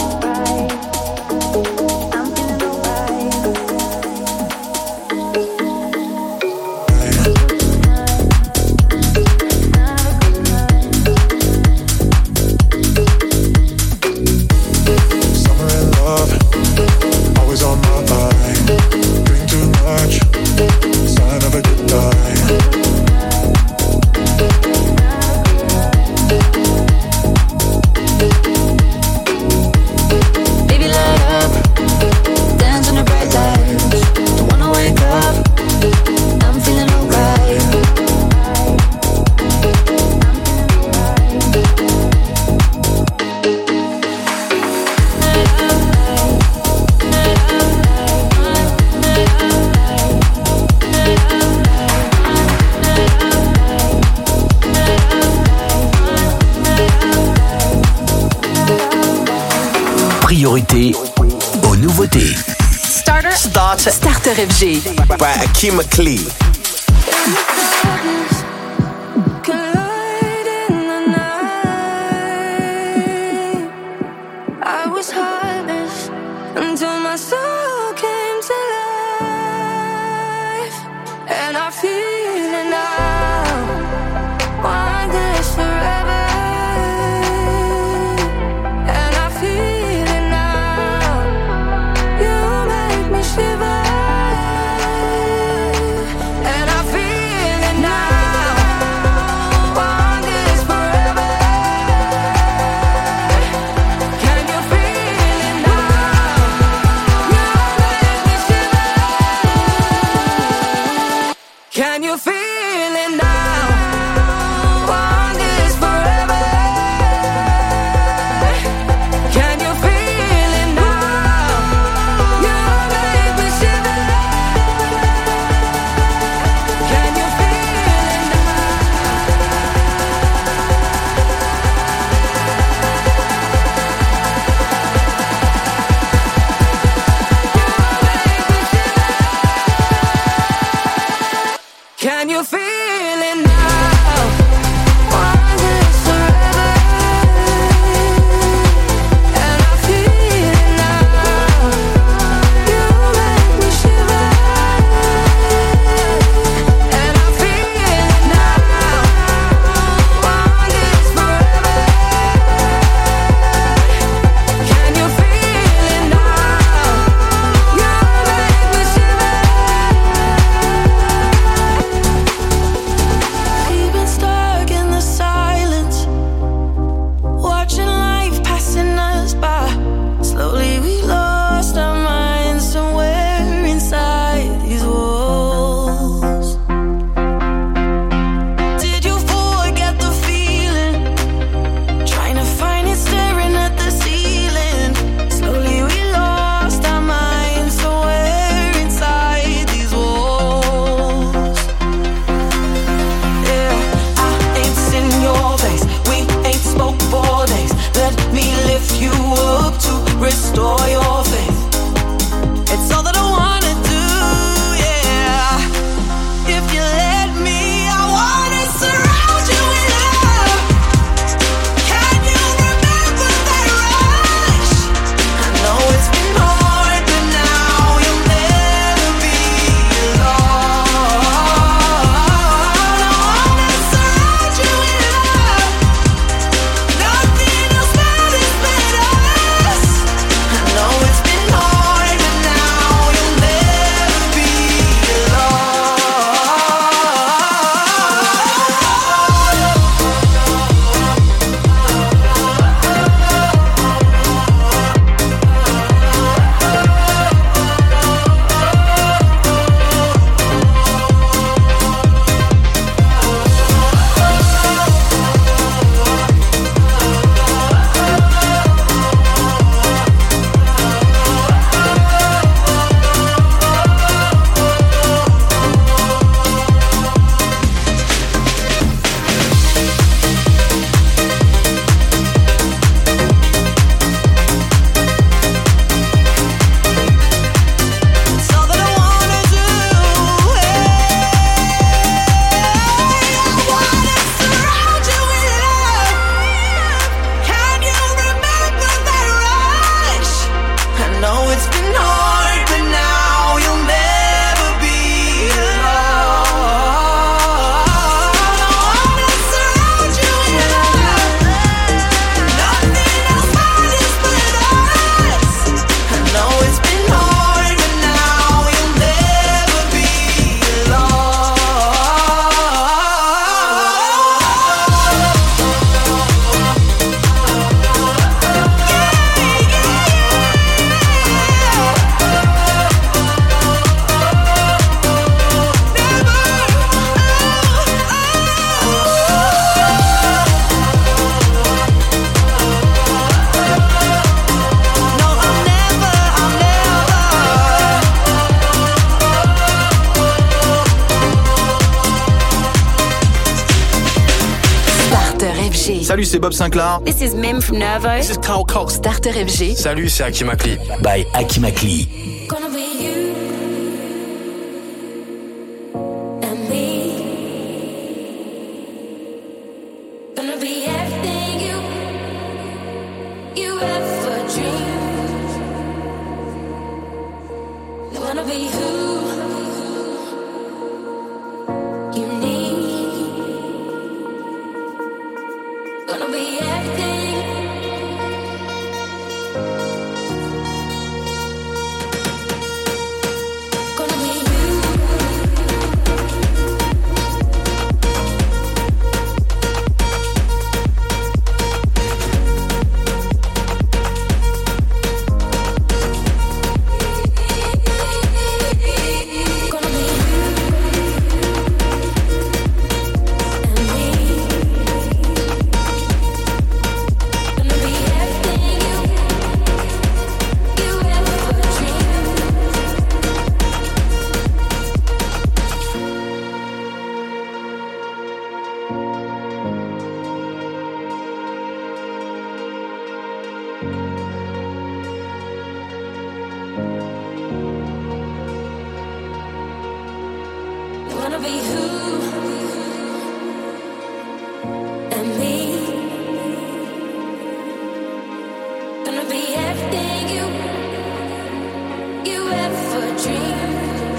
Speaker 5: Priorité aux nouveautés.
Speaker 4: Starter. Starter. Starter F G.
Speaker 17: By Hakim Akli.
Speaker 8: till my soul came to life, and I feel it now. Want this forever, and I feel it now. You make me shiver, and I feel it now. Want this forever. Can you feel it now? You make me shiver. Can you feel it now? Want this forever. Can you feel it now? You make me shiver. Can you feel it now? Can you feel it now? Want this forever, and I feel it now. You make me shiver, and I feel it now. Want this forever. Can you feel it now? You make me shiver. We've been stuck in the silence, watching life passing us by. Slowly we lost our minds somewhere inside these walls. Did you forget the feeling? Trying to find it staring at the ceiling. Slowly we lost our minds somewhere inside these walls. Yeah, I ain't seen your face. We ain't spoke for days. Let me lift you up to restore your faith. It's all that I wanna do, yeah. If you let me, I wanna surround you with love. Can you remember that rush? I know it's been hard, but now you'll never be alone. I wanna surround you with love. Nothing else matters but us. I know it's been hard, but now you'll never be alone. It's all that I wanna do, I wanna surround you with love. Can you remember that rush? I know it's been hard, but now you'll never be alone. I wanna surround you with love. Nothing else matters but us. I know it's been hard, but now you'll never be alone.
Speaker 4: Starter F G.
Speaker 7: Salut, c'est Bob Sinclair.
Speaker 4: This is Mim from Nervo.
Speaker 1: This is Carl Cox.
Speaker 4: Starter F G.
Speaker 1: Salut, c'est Hakim Akli.
Speaker 5: By Hakim Akli.
Speaker 8: Gonna be you and me. Gonna be everything you you ever dreamed. Wanna be who you need. Gonna be everything. Gonna be you. Wanna be who and me. Gonna be everything you you ever dreamed.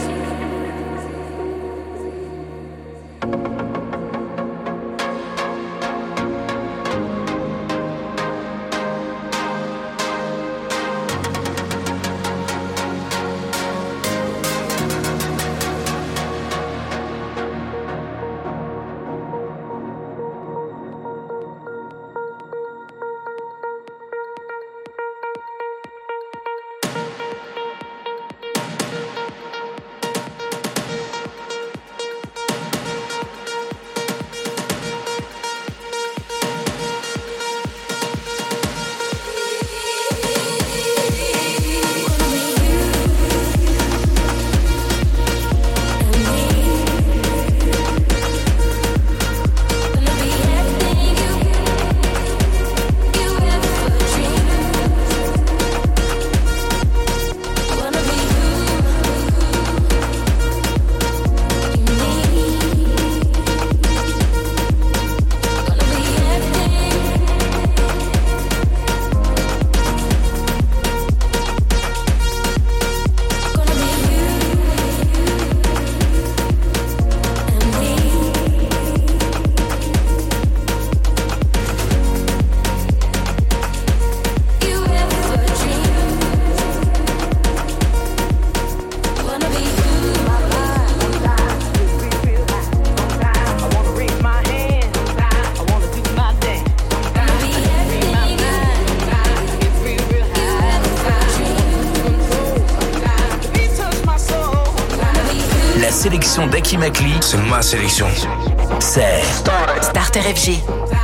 Speaker 5: La sélection d'Aki Makli,
Speaker 1: c'est ma sélection.
Speaker 5: C'est
Speaker 4: Starter F G.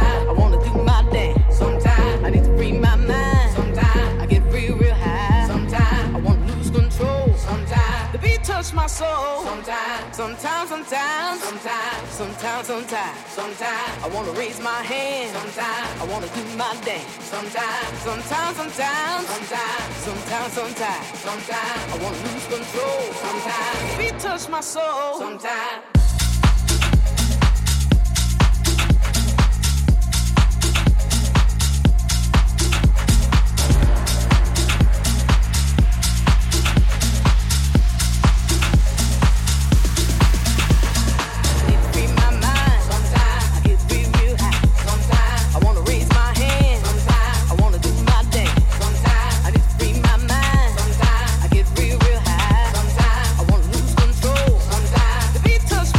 Speaker 11: My soul. Sometimes, sometimes, sometimes, sometimes, sometimes, sometimes, sometimes, I wanna raise my hand. Sometimes, I wanna do my dance. Sometimes, sometimes, sometimes, sometimes, sometimes, sometimes, sometimes, I wanna lose control. Sometimes, the beat touch my soul. Sometimes. Touch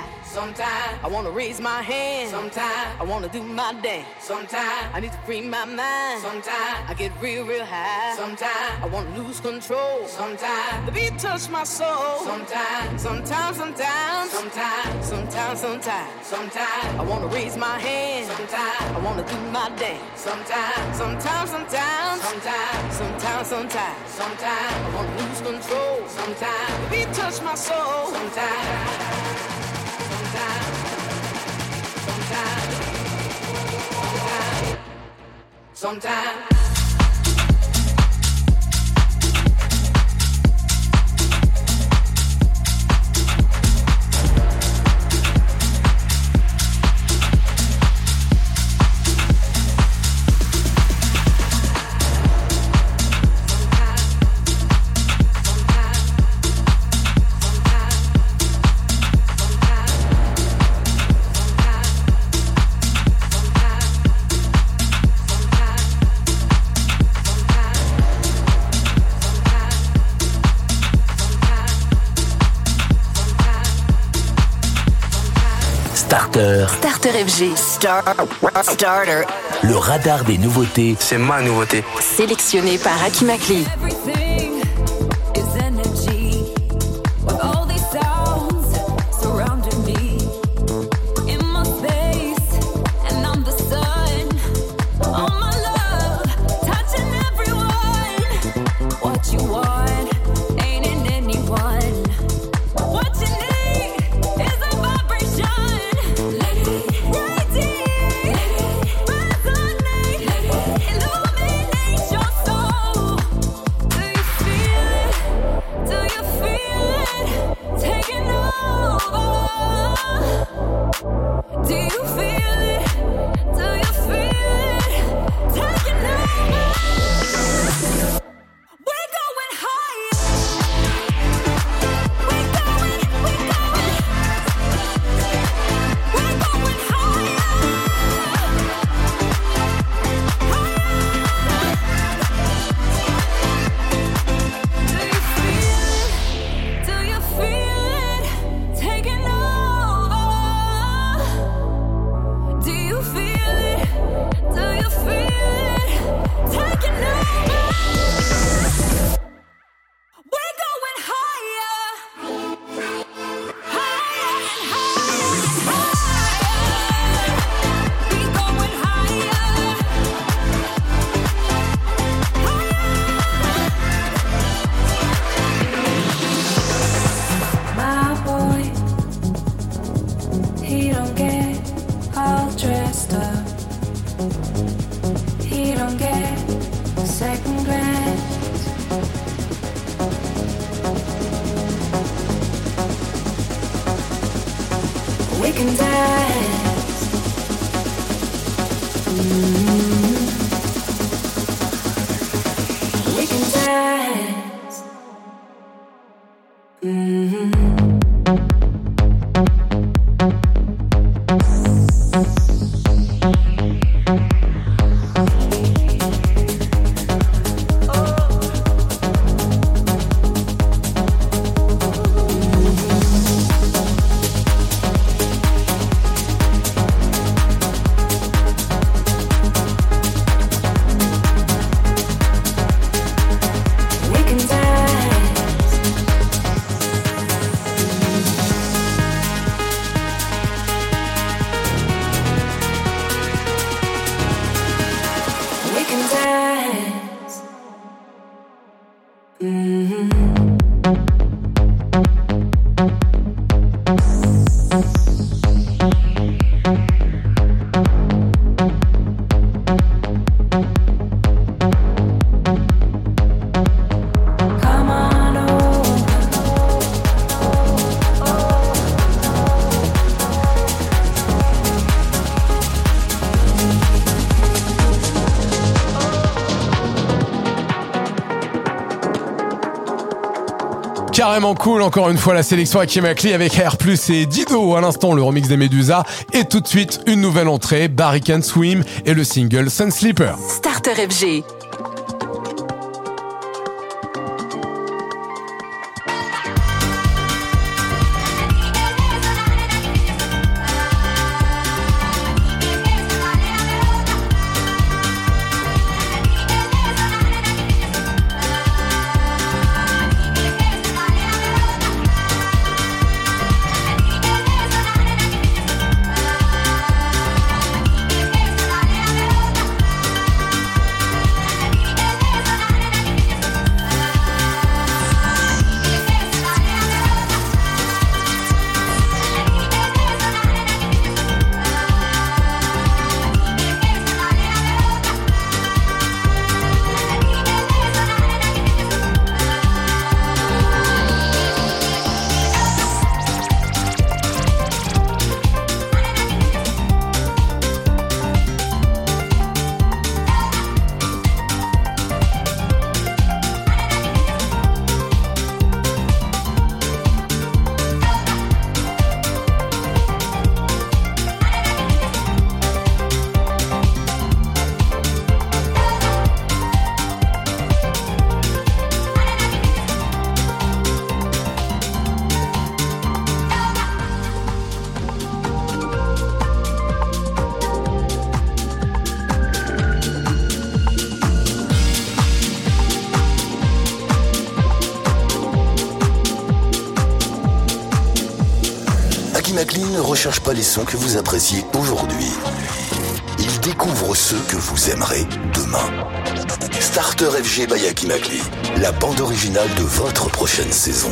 Speaker 17: Sometimes I wanna raise my hand. Sometimes I wanna do my dance. Sometimes I need to free my mind. Sometimes I get real, real high. Sometimes I wanna lose control. Sometimes the beat touch my soul. Sometimes, sometimes, sometimes, sometimes, sometimes, sometimes, sometimes I wanna raise my hand. Sometimes I wanna do my dance. Sometimes, sometimes, sometimes, sometimes, sometimes, sometimes, sometimes I wanna lose control. Sometimes the beat touch my soul. Sometimes. Sometimes, sometimes, sometimes.
Speaker 5: Starter.
Speaker 4: Starter F G. Star, starter.
Speaker 5: Le radar des nouveautés.
Speaker 1: C'est ma nouveauté.
Speaker 4: Sélectionné par Hakim Akli.
Speaker 12: Everything is energy. With all these sounds surrounding me. In my space, and I'm the sun. All my love, touching everyone. What you want, ain't in anyone. What you need is a vibration.
Speaker 6: Carrément cool, encore une fois la sélection Hakim Akli avec Air Plus et Dido à l'instant, le remix des Medusa. Et tout de suite, une nouvelle entrée, Barry Can Swim et le single Sun Sleeper.
Speaker 4: Starter F G.
Speaker 2: Maclean ne recherche pas les sons que vous appréciez aujourd'hui. Il découvre ceux que vous aimerez demain. Starter F G by Yaki Maclean, la bande originale de votre prochaine saison.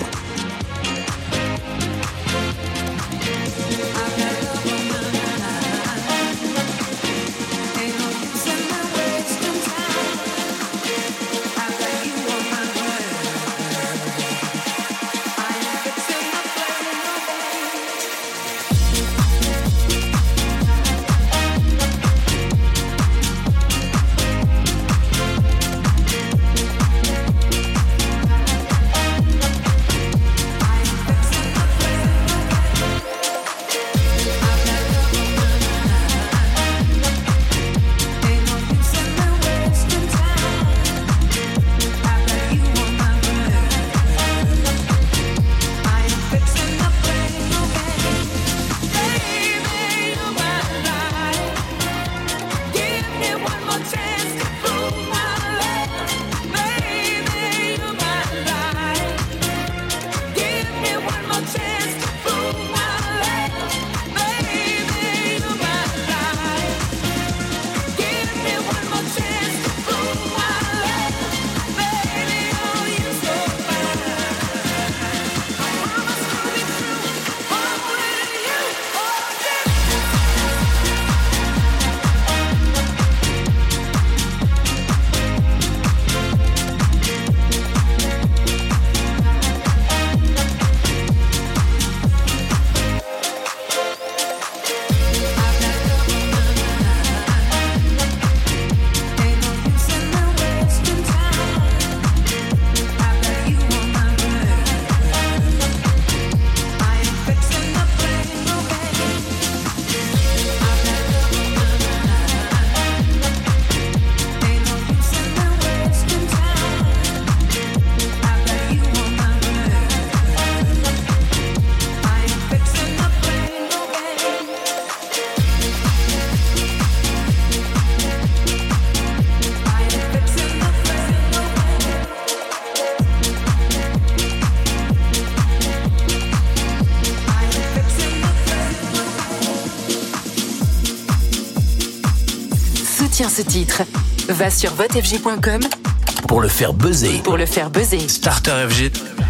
Speaker 4: Soutiens ce titre. Va sur vote f j point com
Speaker 5: pour le faire buzzer.
Speaker 4: Pour le faire buzzer.
Speaker 1: Starter F G.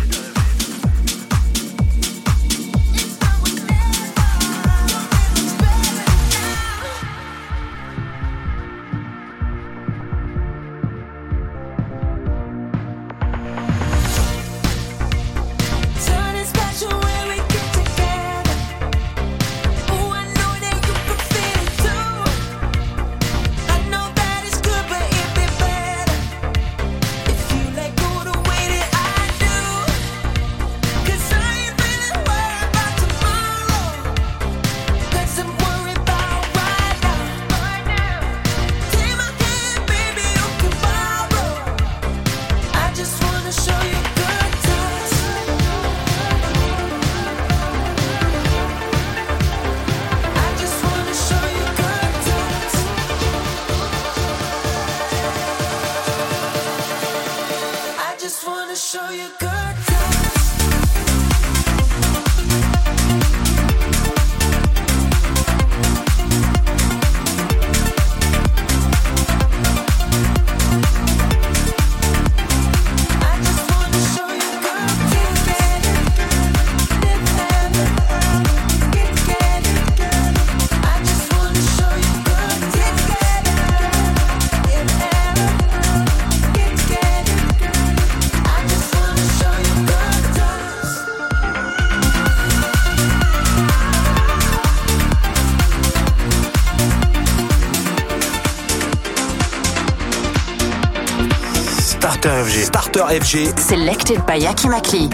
Speaker 7: Starter F G. Starter F G.
Speaker 4: Selected by Yaki Maclean.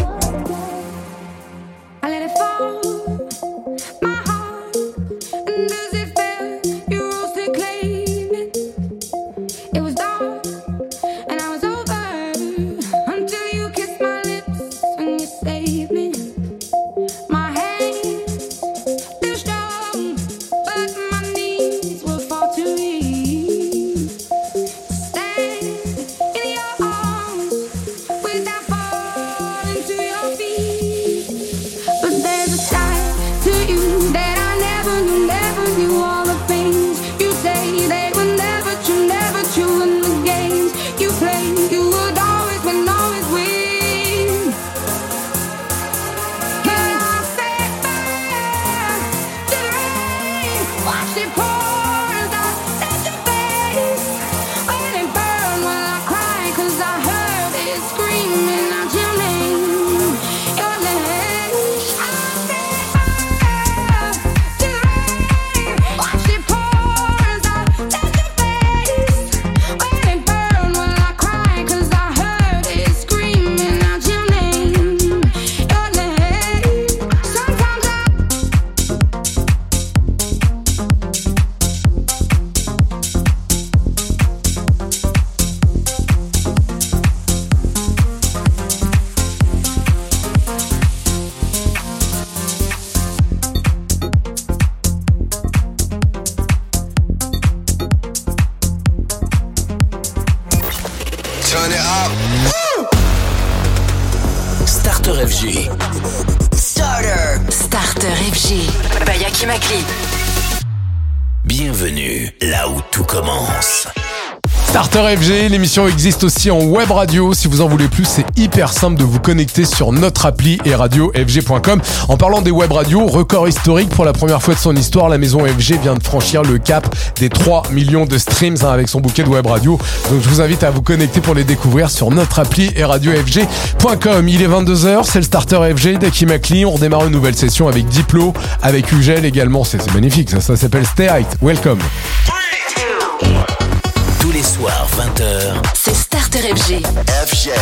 Speaker 8: Into your
Speaker 5: Starter F G.
Speaker 4: Starter. Starter F G. By Hakim Akli.
Speaker 5: Bienvenue là où tout commence.
Speaker 6: Starter F G, l'émission existe aussi en web radio. Si vous en voulez plus, c'est hyper simple de vous connecter sur notre appli et radio f g point com. En parlant des web radios, record historique pour la première fois de son histoire, la maison F G vient de franchir le cap des trois millions de streams hein, avec son bouquet de web radio. Donc je vous invite à vous connecter pour les découvrir sur notre appli et radio f g point com. Il est vingt-deux heures, c'est le Starter F G d'Hakim Akli. On redémarre une nouvelle session avec Diplo, avec Ugel également. C'est, c'est magnifique, ça, ça s'appelle Stay High. Welcome.
Speaker 5: Tous les soirs, vingt heures,
Speaker 4: c'est Starter F G.
Speaker 2: F G.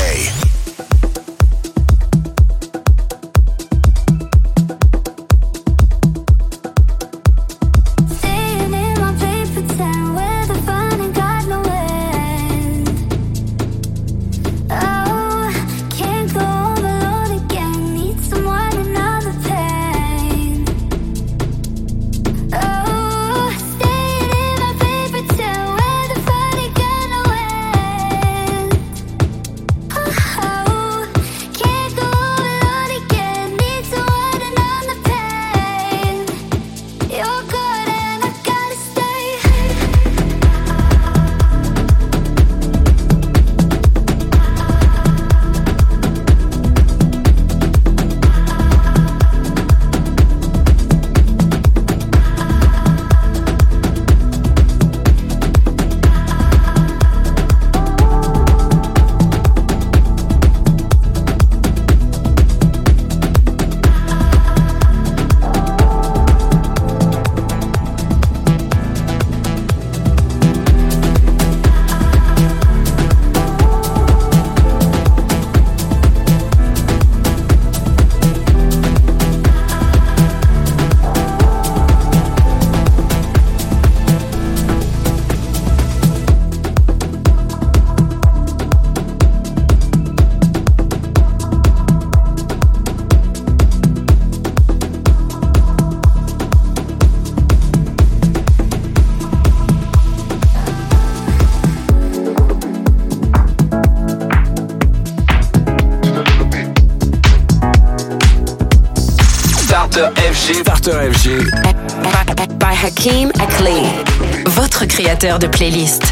Speaker 5: Starter F G.
Speaker 4: By Hakim Akli. Votre créateur de playlist.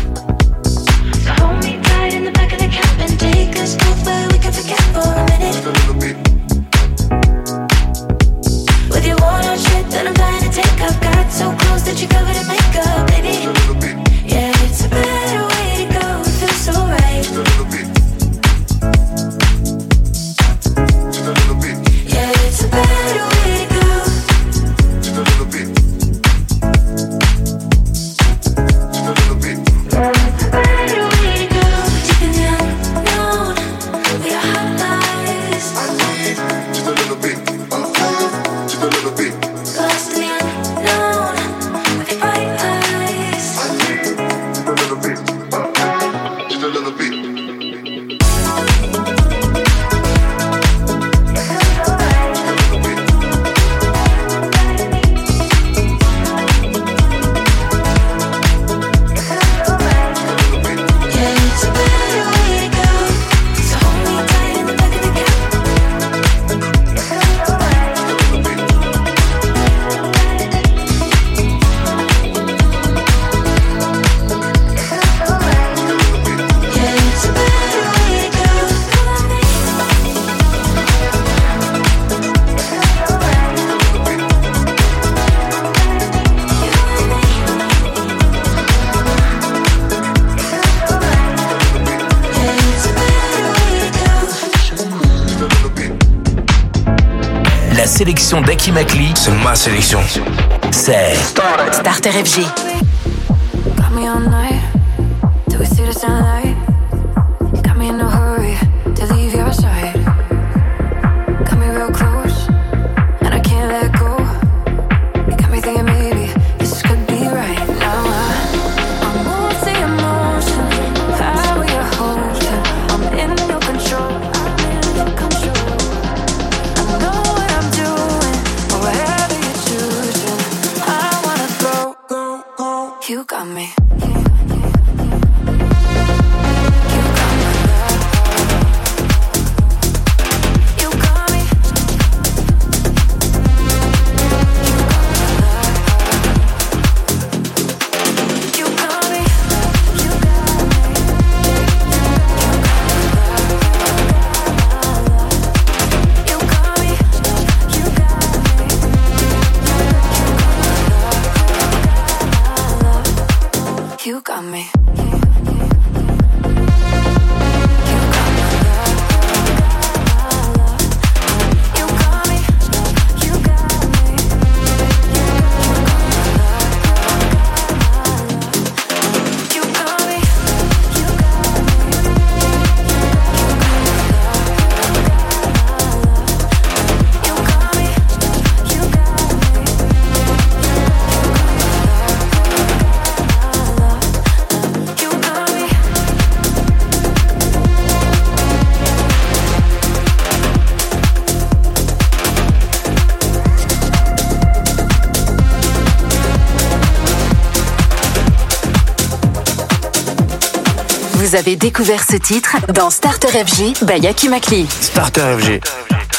Speaker 5: Sélection d'Hakim Akli,
Speaker 1: c'est ma sélection.
Speaker 5: C'est
Speaker 4: Starter F G.
Speaker 12: Got me all night. Do we see the sunlight? Got me in a hurry to leave your side. Got me real close, and I can't let go. You got me thinking maybe this could be right now. I'm moved to emotion, how you're holding. I'm in your control. I'm in your control. I know what I'm doing, or whatever you're choosing. I wanna throw, go, go. You got me.
Speaker 4: Vous avez découvert ce titre dans Starter F G by Yaki Makli.
Speaker 1: Starter F G.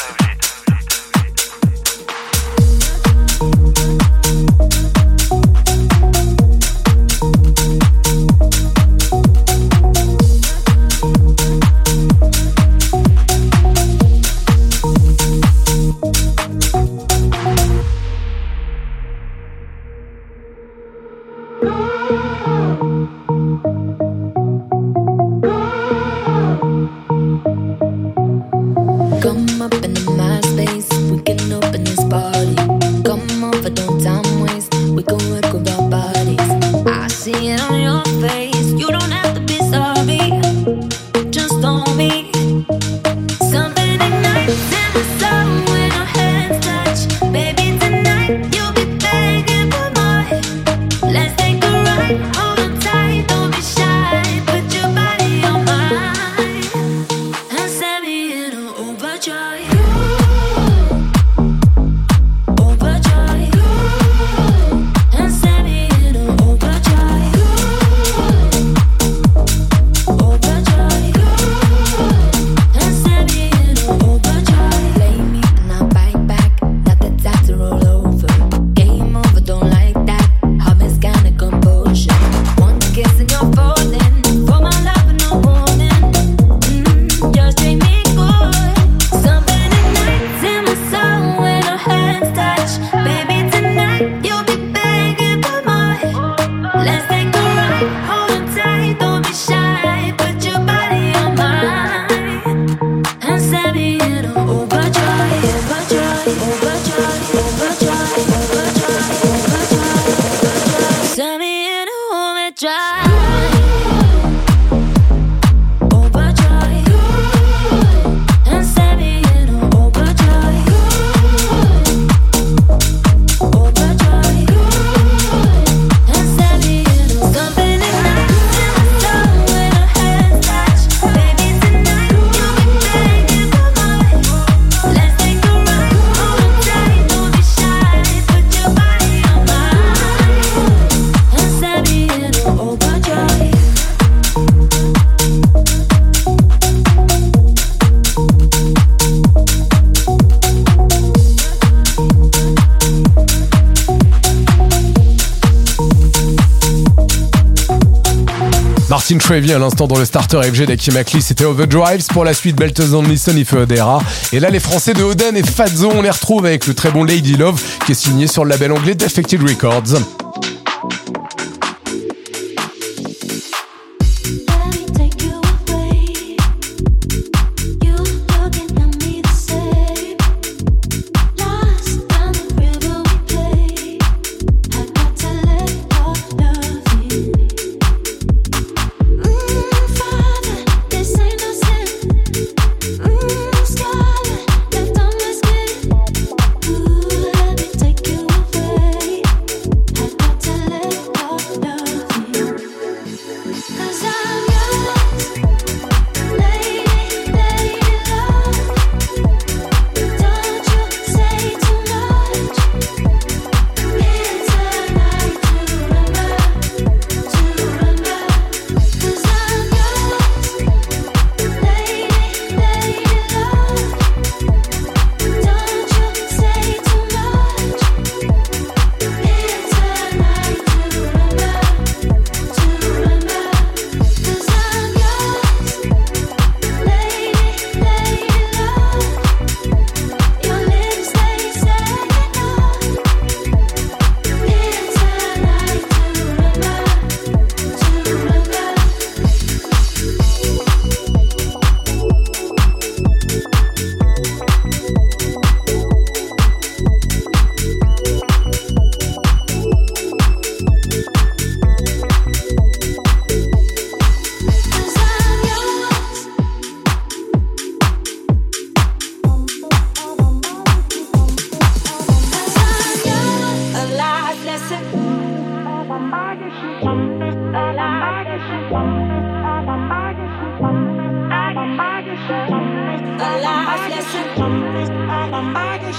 Speaker 6: Martin Trevi à l'instant dans le Starter F G d'Yaki Makli, c'était Overdrives. Pour la suite, Belters Don't Listen If Odera. Et là, les Français de Oden et Fazzo, on les retrouve avec le très bon Lady Love qui est signé sur le label anglais Defected Records.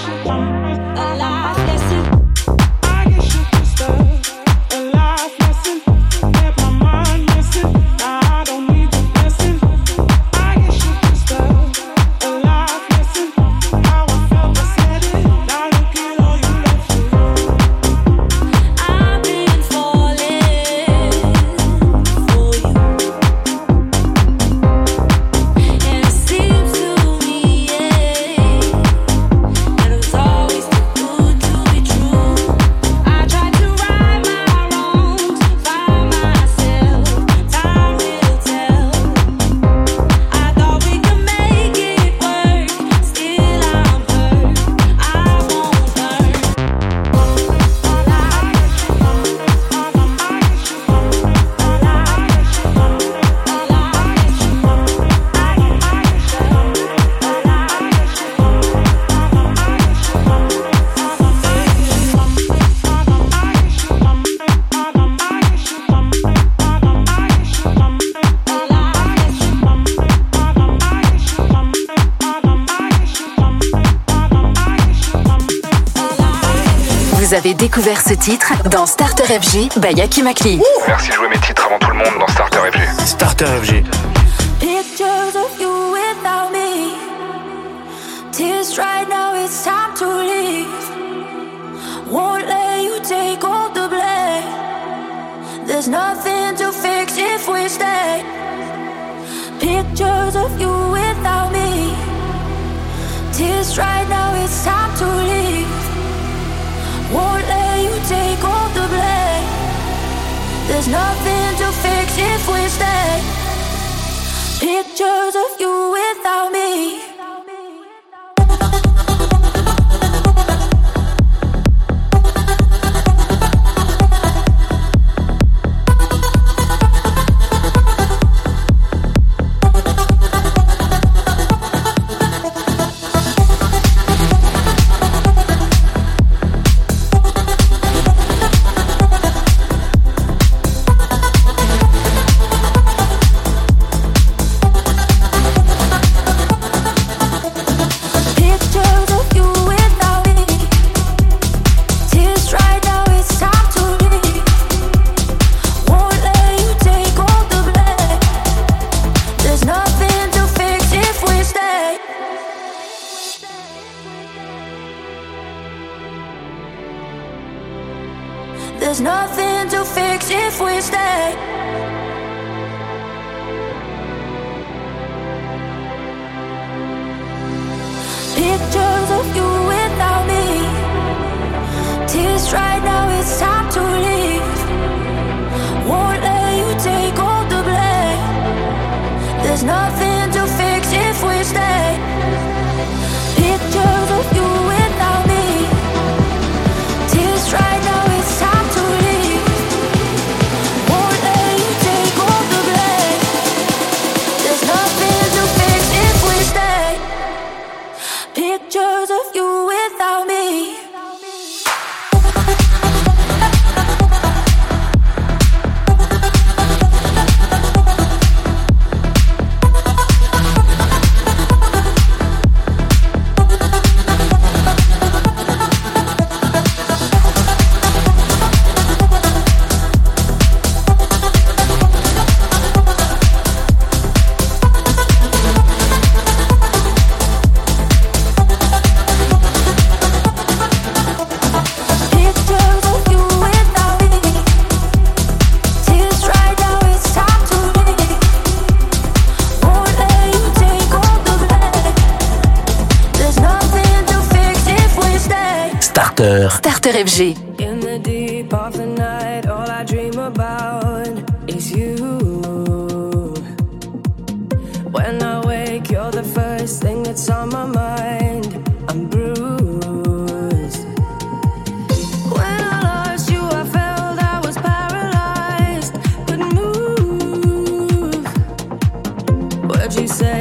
Speaker 4: Vous avez découvert ce titre dans Starter F G by Yaki Makli.
Speaker 18: Merci de jouer mes titres avant tout le monde dans Starter F G.
Speaker 1: Starter F G.
Speaker 8: Pictures of you without me. Tears right now, it's time to leave. Won't let you take all the blame. There's nothing to fix if we stay. Pictures of you without me. Tears right now, it's time to leave. Won't let you take all the blame. There's nothing to fix if we stay. Pictures of you without me. There's nothing to fix if we stay. Pictures of you without me. Tears right now, it's time to leave. Won't let you take all the blame. There's nothing to fix if we stay. Pictures of you without me. Tears right now, it's time to leave. Won't let you take all the blame. There's nothing to fix if we stay. Pictures of you without me. Starter F G.
Speaker 19: In the deep of the night, all I dream about is you. When I wake, you're the first thing that's on my mind. I'm bruised. When I lost you, I felt I was paralyzed, couldn't move. What'd you say?